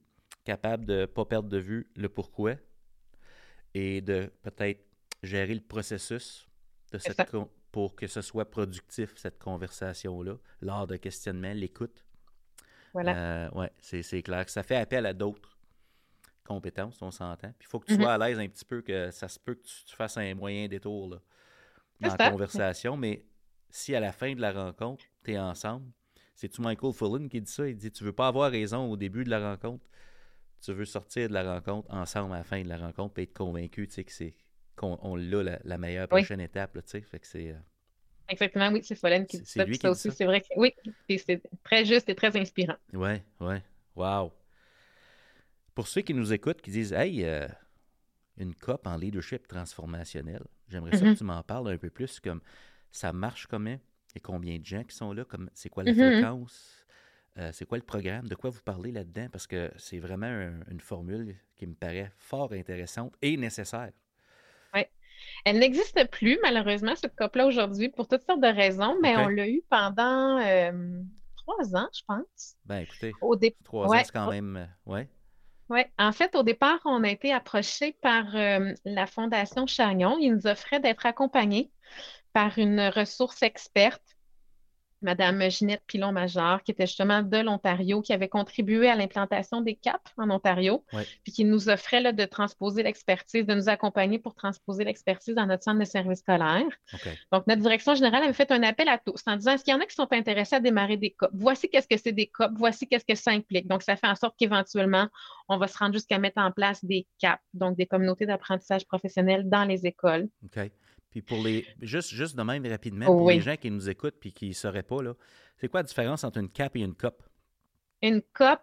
capable de ne pas perdre de vue le pourquoi et de peut-être gérer le processus de C'est ça. pour que ce soit productif, cette conversation-là, l'art de questionnement, l'écoute. Voilà. Ouais, c'est clair que ça fait appel à d'autres compétences, on s'entend. Puis il faut que tu Mhm. sois à l'aise un petit peu, que ça se peut que tu fasses un moyen détour là, dans C'est la ça. conversation, mais si à la fin de la rencontre, tu es ensemble, c'est-tu Michael Fullen qui dit ça? Il dit, tu veux pas avoir raison au début de la rencontre, tu veux sortir de la rencontre ensemble à la fin de la rencontre et être convaincu, tu sais, que qu'on l'a la meilleure Oui, prochaine étape, là, tu sais. Fait que exactement. Oui, c'est Solène qui dit c'est ça. Puis lui qui ça dit aussi, ça. c'est vrai que oui, puis c'est très juste et très inspirant. Ouais, ouais. Wow. Pour ceux qui nous écoutent, qui disent, hey, une COP en leadership transformationnel, j'aimerais ça que Mhm. tu m'en parles un peu plus, comme ça marche comment et combien de gens qui sont là, comme c'est quoi la Mhm. fréquence, c'est quoi le programme, de quoi vous parlez là-dedans, parce que c'est vraiment une formule qui me paraît fort intéressante et nécessaire. Ouais. Elle n'existe plus, malheureusement, cette COP-là aujourd'hui, pour toutes sortes de raisons, mais on OK? l'a eu pendant 3 ans, je pense. Ben écoutez, Au dé... 3 ans, ouais, c'est quand même. Ouais. ouais. En fait, au départ, on a été approché par la Fondation Chagnon. Ils nous offraient d'être accompagnés par une ressource experte, Madame Ginette Pilon-Major, qui était justement de l'Ontario, qui avait contribué à l'implantation des CAP en Ontario, Ouais. puis qui nous offrait là, de transposer l'expertise, de nous accompagner pour transposer l'expertise dans notre centre de service scolaire. OK. Donc, notre direction générale avait fait un appel à tous en disant, est-ce qu'il y en a qui sont intéressés à démarrer des COP? Voici qu'est-ce que c'est des COP, voici qu'est-ce que ça implique. Donc, ça fait en sorte qu'éventuellement, on va se rendre jusqu'à mettre en place des CAP, donc des communautés d'apprentissage professionnel dans les écoles. OK. Puis pour les. Juste de même rapidement, pour les Oui. gens qui nous écoutent puis qui ne sauraient pas, là, c'est quoi la différence entre une CAP et une COP? Une COP,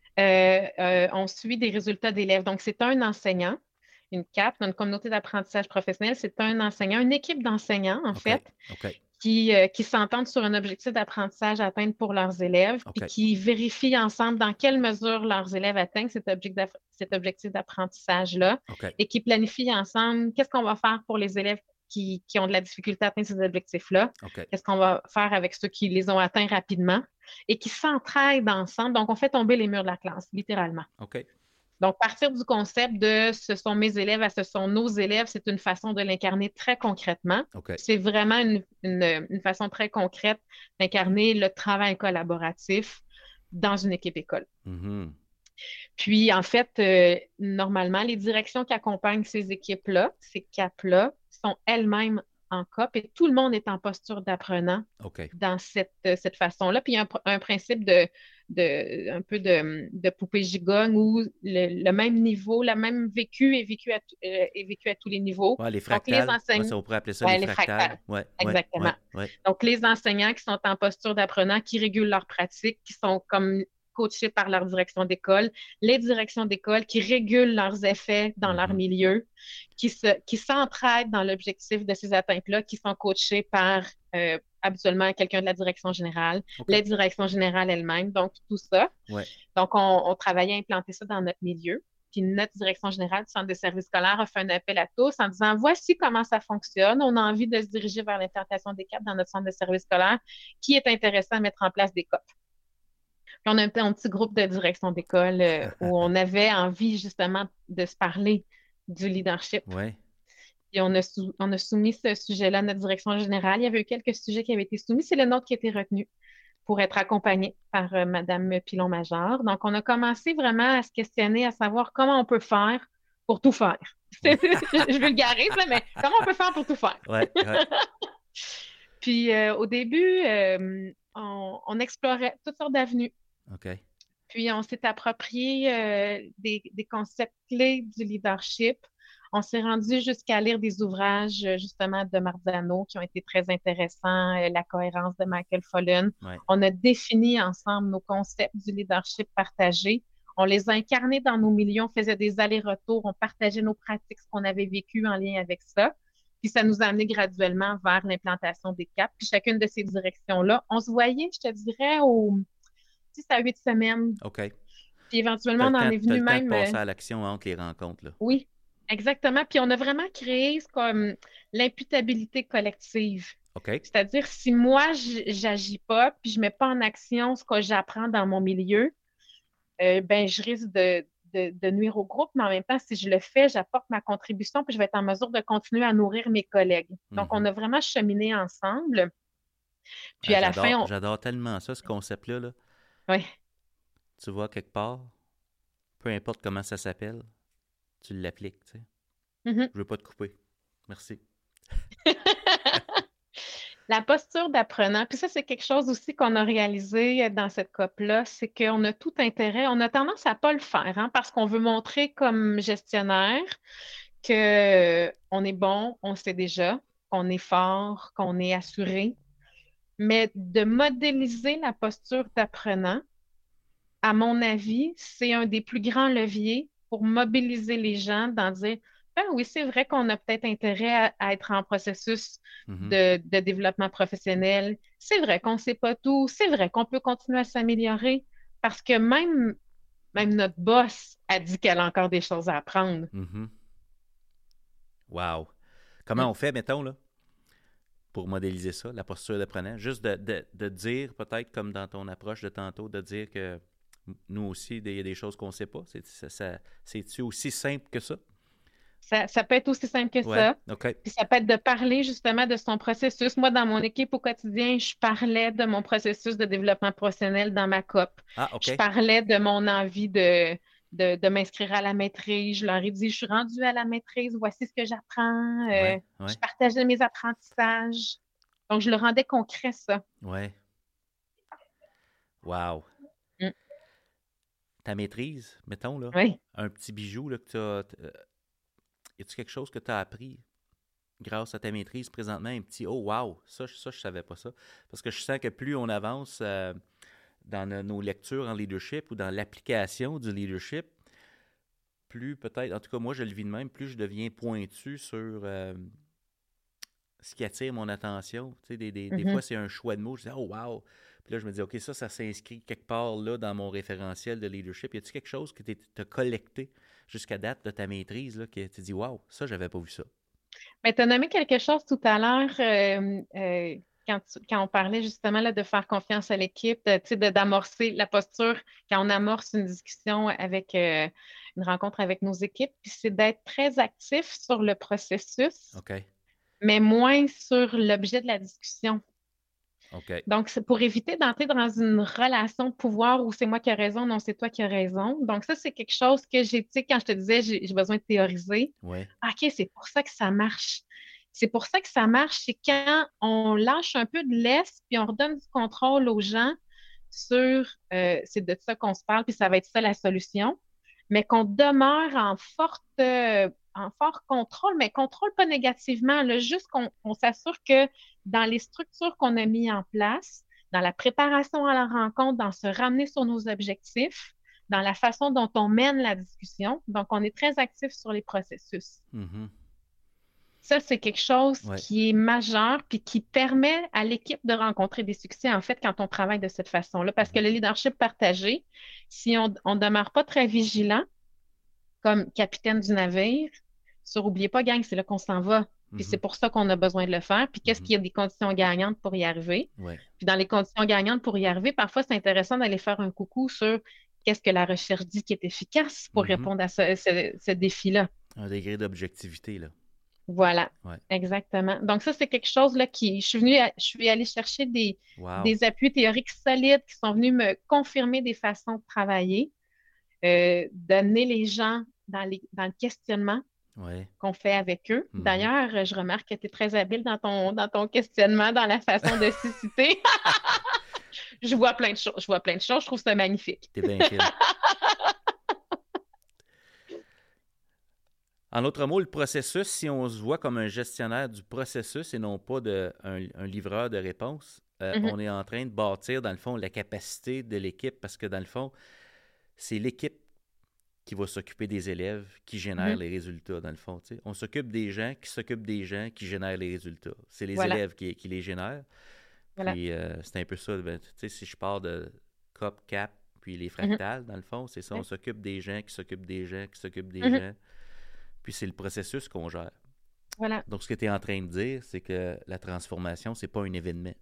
on suit des résultats d'élèves. Donc, c'est un enseignant. Une CAP, une communauté d'apprentissage professionnel, c'est un enseignant, une équipe d'enseignants, en OK. fait, OK. qui s'entendent sur un objectif d'apprentissage à atteindre pour leurs élèves, puis OK. qui vérifient ensemble dans quelle mesure leurs élèves atteignent cet objectif d'apprentissage-là OK. et qui planifient ensemble qu'est-ce qu'on va faire pour les élèves qui ont de la difficulté à atteindre ces objectifs-là, OK. qu'est-ce qu'on va faire avec ceux qui les ont atteints rapidement et qui s'entraident ensemble. Donc, on fait tomber les murs de la classe, littéralement. OK. Donc, partir du concept de ce sont mes élèves à ce sont nos élèves, c'est une façon de l'incarner très concrètement. OK. C'est vraiment une façon très concrète d'incarner le travail collaboratif dans une équipe école. Mhm. Puis, en fait, normalement, les directions qui accompagnent ces équipes-là, ces CAP-là, sont elles-mêmes en COP et tout le monde est en posture d'apprenant OK. dans cette façon-là. Puis il y a un principe un peu de poupée gigogne où le même niveau, le même vécu est vécu à tous les niveaux. Ouais, les Donc, les fractales. Ouais, enseignants, ça, on pourrait appeler ça les ouais, les fractales. fractales, Ouais, ouais, exactement. ouais, ouais. Donc, les enseignants qui sont en posture d'apprenant, qui régulent leurs pratiques, qui sont comme coachés par leur direction d'école, les directions d'école qui régulent leurs effets dans leur Mhm. milieu, qui s'entraident dans l'objectif de ces atteintes-là, qui sont coachés par habituellement quelqu'un de la direction générale, OK. les directions générales elles-mêmes, donc tout ça. Ouais. Donc, on travaillait à implanter ça dans notre milieu. Puis notre direction générale du centre de services scolaires a fait un appel à tous en disant voici comment ça fonctionne. On a envie de se diriger vers l'implantation des CAP dans notre centre de services scolaires. Qui est intéressé à mettre en place des COP? Puis on a un petit groupe de direction d'école où on avait envie justement de se parler du leadership. Ouais. Puis on a soumis ce sujet-là à notre direction générale. Il y avait eu quelques sujets qui avaient été soumis. C'est le nôtre qui a été retenu pour être accompagné par Madame Pilon-Major. Donc, on a commencé vraiment à se questionner, à savoir comment on peut faire pour tout faire. Je vulgarise, là, mais comment on peut faire pour tout faire? Ouais. Ouais. Puis, au début, on explorait toutes sortes d'avenues. OK. Puis, on s'est approprié des concepts clés du leadership. On s'est rendu jusqu'à lire des ouvrages, justement, de Marzano qui ont été très intéressants, La cohérence de Michael Fullen. Ouais. On a défini ensemble nos concepts du leadership partagé. On les a incarnés dans nos milieux, on faisait des allers-retours, on partageait nos pratiques, ce qu'on avait vécu en lien avec ça. Puis ça nous a amené graduellement vers l'implantation des CAP. Puis chacune de ces directions-là, on se voyait, je te dirais, aux 6 à 8 semaines. OK. Puis éventuellement, on en est T'as venu le temps de même. passer à l'action entre les rencontres, là. Oui, exactement. Puis on a vraiment créé comme l'imputabilité collective. OK. C'est-à-dire, si moi, j'agis pas, puis je mets pas en action ce que j'apprends dans mon milieu, ben, je risque de nuire au groupe, mais en même temps, si je le fais, j'apporte ma contribution, puis je vais être en mesure de continuer à nourrir mes collègues. Donc, on Mhm. a vraiment cheminé ensemble. Puis Ah, à la fin, j'adore tellement ça, ce concept-là, là. ouais. Tu vois, quelque part, peu importe comment ça s'appelle, tu l'appliques, tu sais. Mhm. Je veux pas te couper. Merci. La posture d'apprenant, puis ça, c'est quelque chose aussi qu'on a réalisé dans cette COP-là, c'est qu'on a tout intérêt, on a tendance à pas le faire, hein, parce qu'on veut montrer comme gestionnaire que on est bon, on sait déjà, qu'on est fort, qu'on est assuré, mais de modéliser la posture d'apprenant, à mon avis, c'est un des plus grands leviers pour mobiliser les gens dans dire, ben oui, c'est vrai qu'on a peut-être intérêt à être en processus Mhm. de développement professionnel. C'est vrai qu'on ne sait pas tout. C'est vrai qu'on peut continuer à s'améliorer parce que même notre boss a dit qu'elle a encore des choses à apprendre. Mhm. Wow. Mm. Comment on fait, mettons, là, pour modéliser ça, la posture d'apprenant? Juste de dire, peut-être, comme dans ton approche de tantôt, de dire que nous aussi, il y a des choses qu'on ne sait pas. C'est-tu aussi simple que ça? Ça peut être aussi simple que Ouais, ça. OK. Puis ça peut être de parler justement de son processus. Moi, dans mon équipe au quotidien, je parlais de mon processus de développement professionnel dans ma COP. Ah, Je OK. parlais de mon envie de m'inscrire à la maîtrise. Je leur ai dit, je suis rendue à la maîtrise, voici ce que j'apprends. Ouais, Je ouais, partageais mes apprentissages. Donc, je le rendais concret, ça. ouais. Wow. Mm. Ta maîtrise, mettons, là, Oui. un petit bijou, là, que tu as. Y a-tu quelque chose que tu as appris grâce à ta maîtrise présentement? Un petit oh, wow, ça, je savais pas ça. Parce que je sens que plus on avance dans nos lectures en leadership ou dans l'application du leadership, plus peut-être, en tout cas, moi, je le vis de même, plus je deviens pointu sur ce qui attire mon attention. Tu sais, des fois, Mhm. c'est un choix de mots. Je dis, oh, wow. Puis là, je me dis, OK, ça s'inscrit quelque part là dans mon référentiel de leadership. Y a-t-il quelque chose que tu as collecté jusqu'à date de ta maîtrise, là, que tu dis, wow, ça, j'avais pas vu ça. Mais tu as nommé quelque chose tout à l'heure quand on parlait justement là, de faire confiance à l'équipe, tu sais, d'amorcer la posture quand on amorce une discussion avec une rencontre avec nos équipes, puis c'est d'être très actif sur le processus, OK, mais moins sur l'objet de la discussion. OK. Donc, c'est pour éviter d'entrer dans une relation de pouvoir où c'est moi qui ai raison, non, c'est toi qui as raison. Donc, ça, c'est quelque chose que j'ai, tu sais, quand je te disais, j'ai besoin de théoriser. Ouais. Ah, OK, c'est pour ça que ça marche. C'est pour ça que ça marche, c'est quand on lâche un peu de l'est, puis on redonne du contrôle aux gens sur, c'est de ça qu'on se parle, puis ça va être ça la solution, mais qu'on demeure en fort contrôle, mais contrôle pas négativement, là, juste qu'on s'assure que dans les structures qu'on a mis en place, dans la préparation à la rencontre, dans se ramener sur nos objectifs, dans la façon dont on mène la discussion. Donc, on est très actif sur les processus. Mhm. Ça, c'est quelque chose Ouais. qui est majeur puis qui permet à l'équipe de rencontrer des succès, en fait, quand on travaille de cette façon-là. Parce que Mhm. le leadership partagé, si on ne demeure pas très vigilant comme capitaine du navire, sur oubliez pas, gang, c'est là qu'on s'en va. Puis c'est Mhm. pour ça qu'on a besoin de le faire. Puis qu'est-ce Mhm. qu'il y a des conditions gagnantes pour y arriver? Ouais. Puis dans les conditions gagnantes pour y arriver, parfois, c'est intéressant d'aller faire un coucou sur qu'est-ce que la recherche dit qui est efficace pour Mhm. répondre à ce défi-là. Un degré d'objectivité, là. Voilà, Ouais. exactement. Donc ça, c'est quelque chose là qui, je suis allée chercher Wow. des appuis théoriques solides qui sont venus me confirmer des façons de travailler, d'amener les gens dans le questionnement Ouais. qu'on fait avec eux. Mhm. D'ailleurs, je remarque que tu es très habile dans ton questionnement, dans la façon de susciter. Je vois plein de choses, je vois plein de choses, je trouve ça magnifique. T'es bien fine. En autre mot, le processus, si on se voit comme un gestionnaire du processus et non pas un livreur de réponses, Mhm, on est en train de bâtir, dans le fond, la capacité de l'équipe parce que, dans le fond, c'est l'équipe qui va s'occuper des élèves qui génèrent mhm. les résultats, dans le fond. Tu sais. On s'occupe des gens qui s'occupent des gens qui génèrent les résultats. C'est les Voilà, élèves qui les génèrent. voilà. Puis, c'est un peu ça. Ben, tu sais, si je pars de COP, CAP, puis les Mhm, fractales, dans le fond, c'est ça. On ouais, s'occupe des gens qui s'occupent des gens qui s'occupent des mhm, gens. Puis, c'est le processus qu'on gère. voilà. Donc, ce que tu es en train de dire, c'est que la transformation, c'est pas un événement.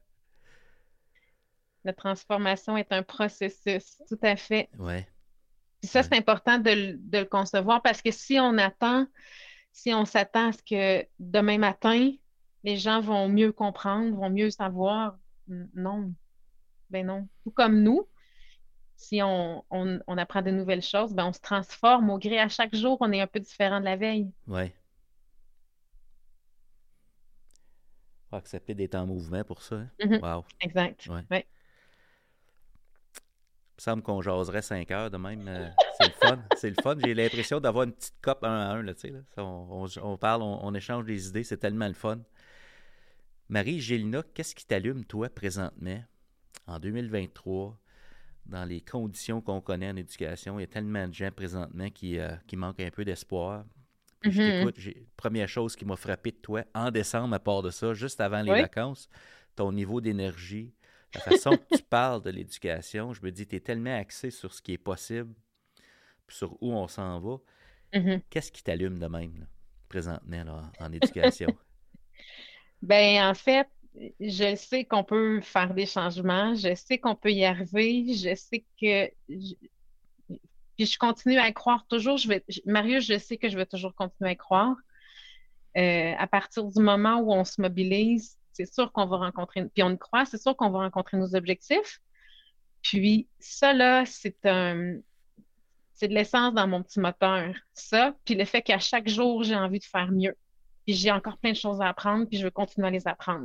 La transformation est un processus, tout à fait. Ouais. Puis ça, Ouais. c'est important de le concevoir parce que si on s'attend à ce que demain matin, les gens vont mieux comprendre, vont mieux savoir, non, ben non. Tout comme nous, si on apprend de nouvelles choses, ben on se transforme au gré à chaque jour, on est un peu différent de la veille. Ouais. Faut accepter d'être en mouvement pour ça. Hein? Mhm. Wow. Exact. Ouais. Ouais. Il me semble qu'on jaserait 5 heures de même. C'est le fun. C'est le fun. J'ai l'impression d'avoir une petite coupe 1 à 1. Là, tu sais, là. On parle, on échange des idées. C'est tellement le fun. Marie-Gélina, qu'est-ce qui t'allume, toi, présentement, en 2023, dans les conditions qu'on connaît en éducation? Il y a tellement de gens présentement qui manquent un peu d'espoir. Puis je Mhm. t'écoute, première chose qui m'a frappé de toi, en décembre, à part de ça, juste avant les Oui. vacances, ton niveau d'énergie, la façon que tu parles de l'éducation, je me dis, tu es tellement axé sur ce qui est possible, puis sur où on s'en va. Mhm. Qu'est-ce qui t'allume de même, là, présentement, là, en éducation? Ben, en fait, je sais qu'on peut faire des changements, je sais qu'on peut y arriver, je sais que puis je continue à y croire toujours. Marius, je sais que je vais toujours continuer à y croire. À partir du moment où on se mobilise, c'est sûr qu'on va rencontrer, puis on y croit, c'est sûr qu'on va rencontrer nos objectifs. Puis ça, là, c'est de l'essence dans mon petit moteur. Ça, puis le fait qu'à chaque jour, j'ai envie de faire mieux. Puis j'ai encore plein de choses à apprendre, puis je veux continuer à les apprendre.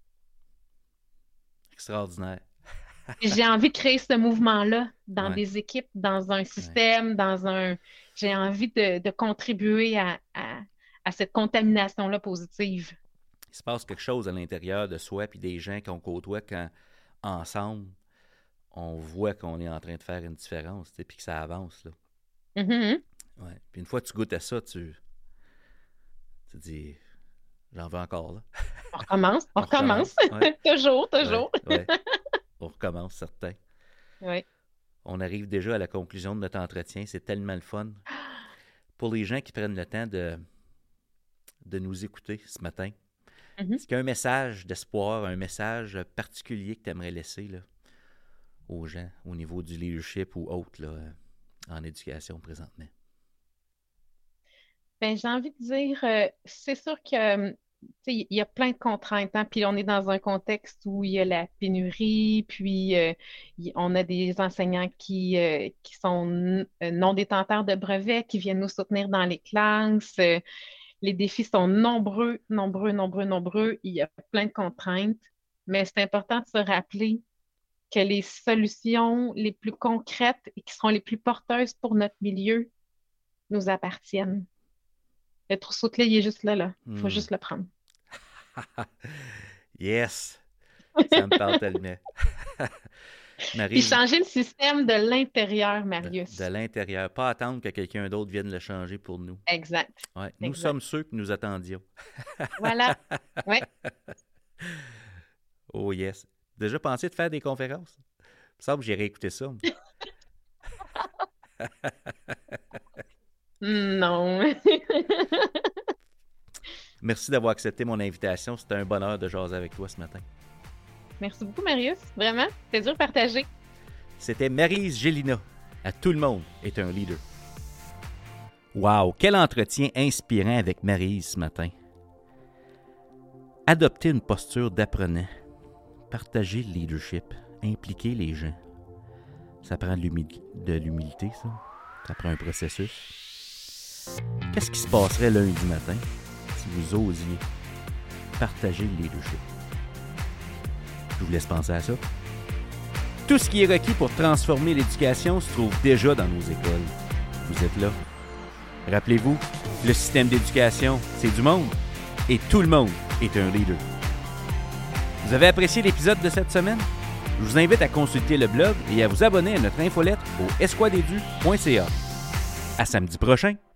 Extraordinaire. Puis j'ai envie de créer ce mouvement-là dans Ouais, des équipes, dans un ouais. système, J'ai envie de contribuer à cette contamination-là positive. Il se passe quelque chose à l'intérieur de soi, puis des gens qu'on côtoie quand, ensemble, on voit qu'on est en train de faire une différence, tu sais, puis que ça avance, là. Mhm. Ouais. Puis une fois que tu goûtes à ça, tu te dis, j'en veux encore, là. On recommence, on On recommence. recommence. Ouais, Toujours, ouais, toujours. ouais. On recommence, certain. Oui. On arrive déjà à la conclusion de notre entretien. C'est tellement le fun. Pour les gens qui prennent le temps de nous écouter ce matin, Mhm. est-ce qu'il y a un message d'espoir, un message particulier que tu aimerais laisser là, aux gens au niveau du leadership ou autre là, en éducation présentement? Ben, j'ai envie de dire, c'est sûr que, tu sais, il y a plein de contraintes, hein, puis on est dans un contexte où il y a la pénurie, puis on a des enseignants qui sont non détenteurs de brevets, qui viennent nous soutenir dans les classes. Les défis sont nombreux, nombreux, nombreux, nombreux. Il y a plein de contraintes, mais c'est important de se rappeler que les solutions les plus concrètes et qui seront les plus porteuses pour notre milieu nous appartiennent. Le trousseau de clés, il est juste là, là. Il faut Hmm. juste le prendre. Yes! Ça me parle tellement. Puis Marie, changer le système de l'intérieur, de Marius. l'intérieur, pas attendre que quelqu'un d'autre vienne le changer pour nous. Exact. Ouais, nous Exact. sommes ceux que nous attendions. Voilà. Ouais. Oh yes. Déjà pensé de faire des conférences? Il me semble que j'ai réécouté ça. Non. Merci d'avoir accepté mon invitation. C'était un bonheur de jaser avec toi ce matin. Merci beaucoup, Marius. Vraiment, c'est dur de partager. C'était Maryse Gélina. À tout le monde est un leader. Wow, quel entretien inspirant avec Maryse ce matin. Adopter une posture d'apprenant. Partager le leadership. Impliquer les gens. Ça prend de l'humilité, ça. Ça prend un processus. Qu'est-ce qui se passerait lundi matin si vous osiez partager le leadership? Je vous laisse penser à ça. Tout ce qui est requis pour transformer l'éducation se trouve déjà dans nos écoles. Vous êtes là. Rappelez-vous, le système d'éducation, c'est du monde. Et tout le monde est un leader. Vous avez apprécié l'épisode de cette semaine? Je vous invite à consulter le blog et à vous abonner à notre infolettre au esquadedu.ca. À samedi prochain!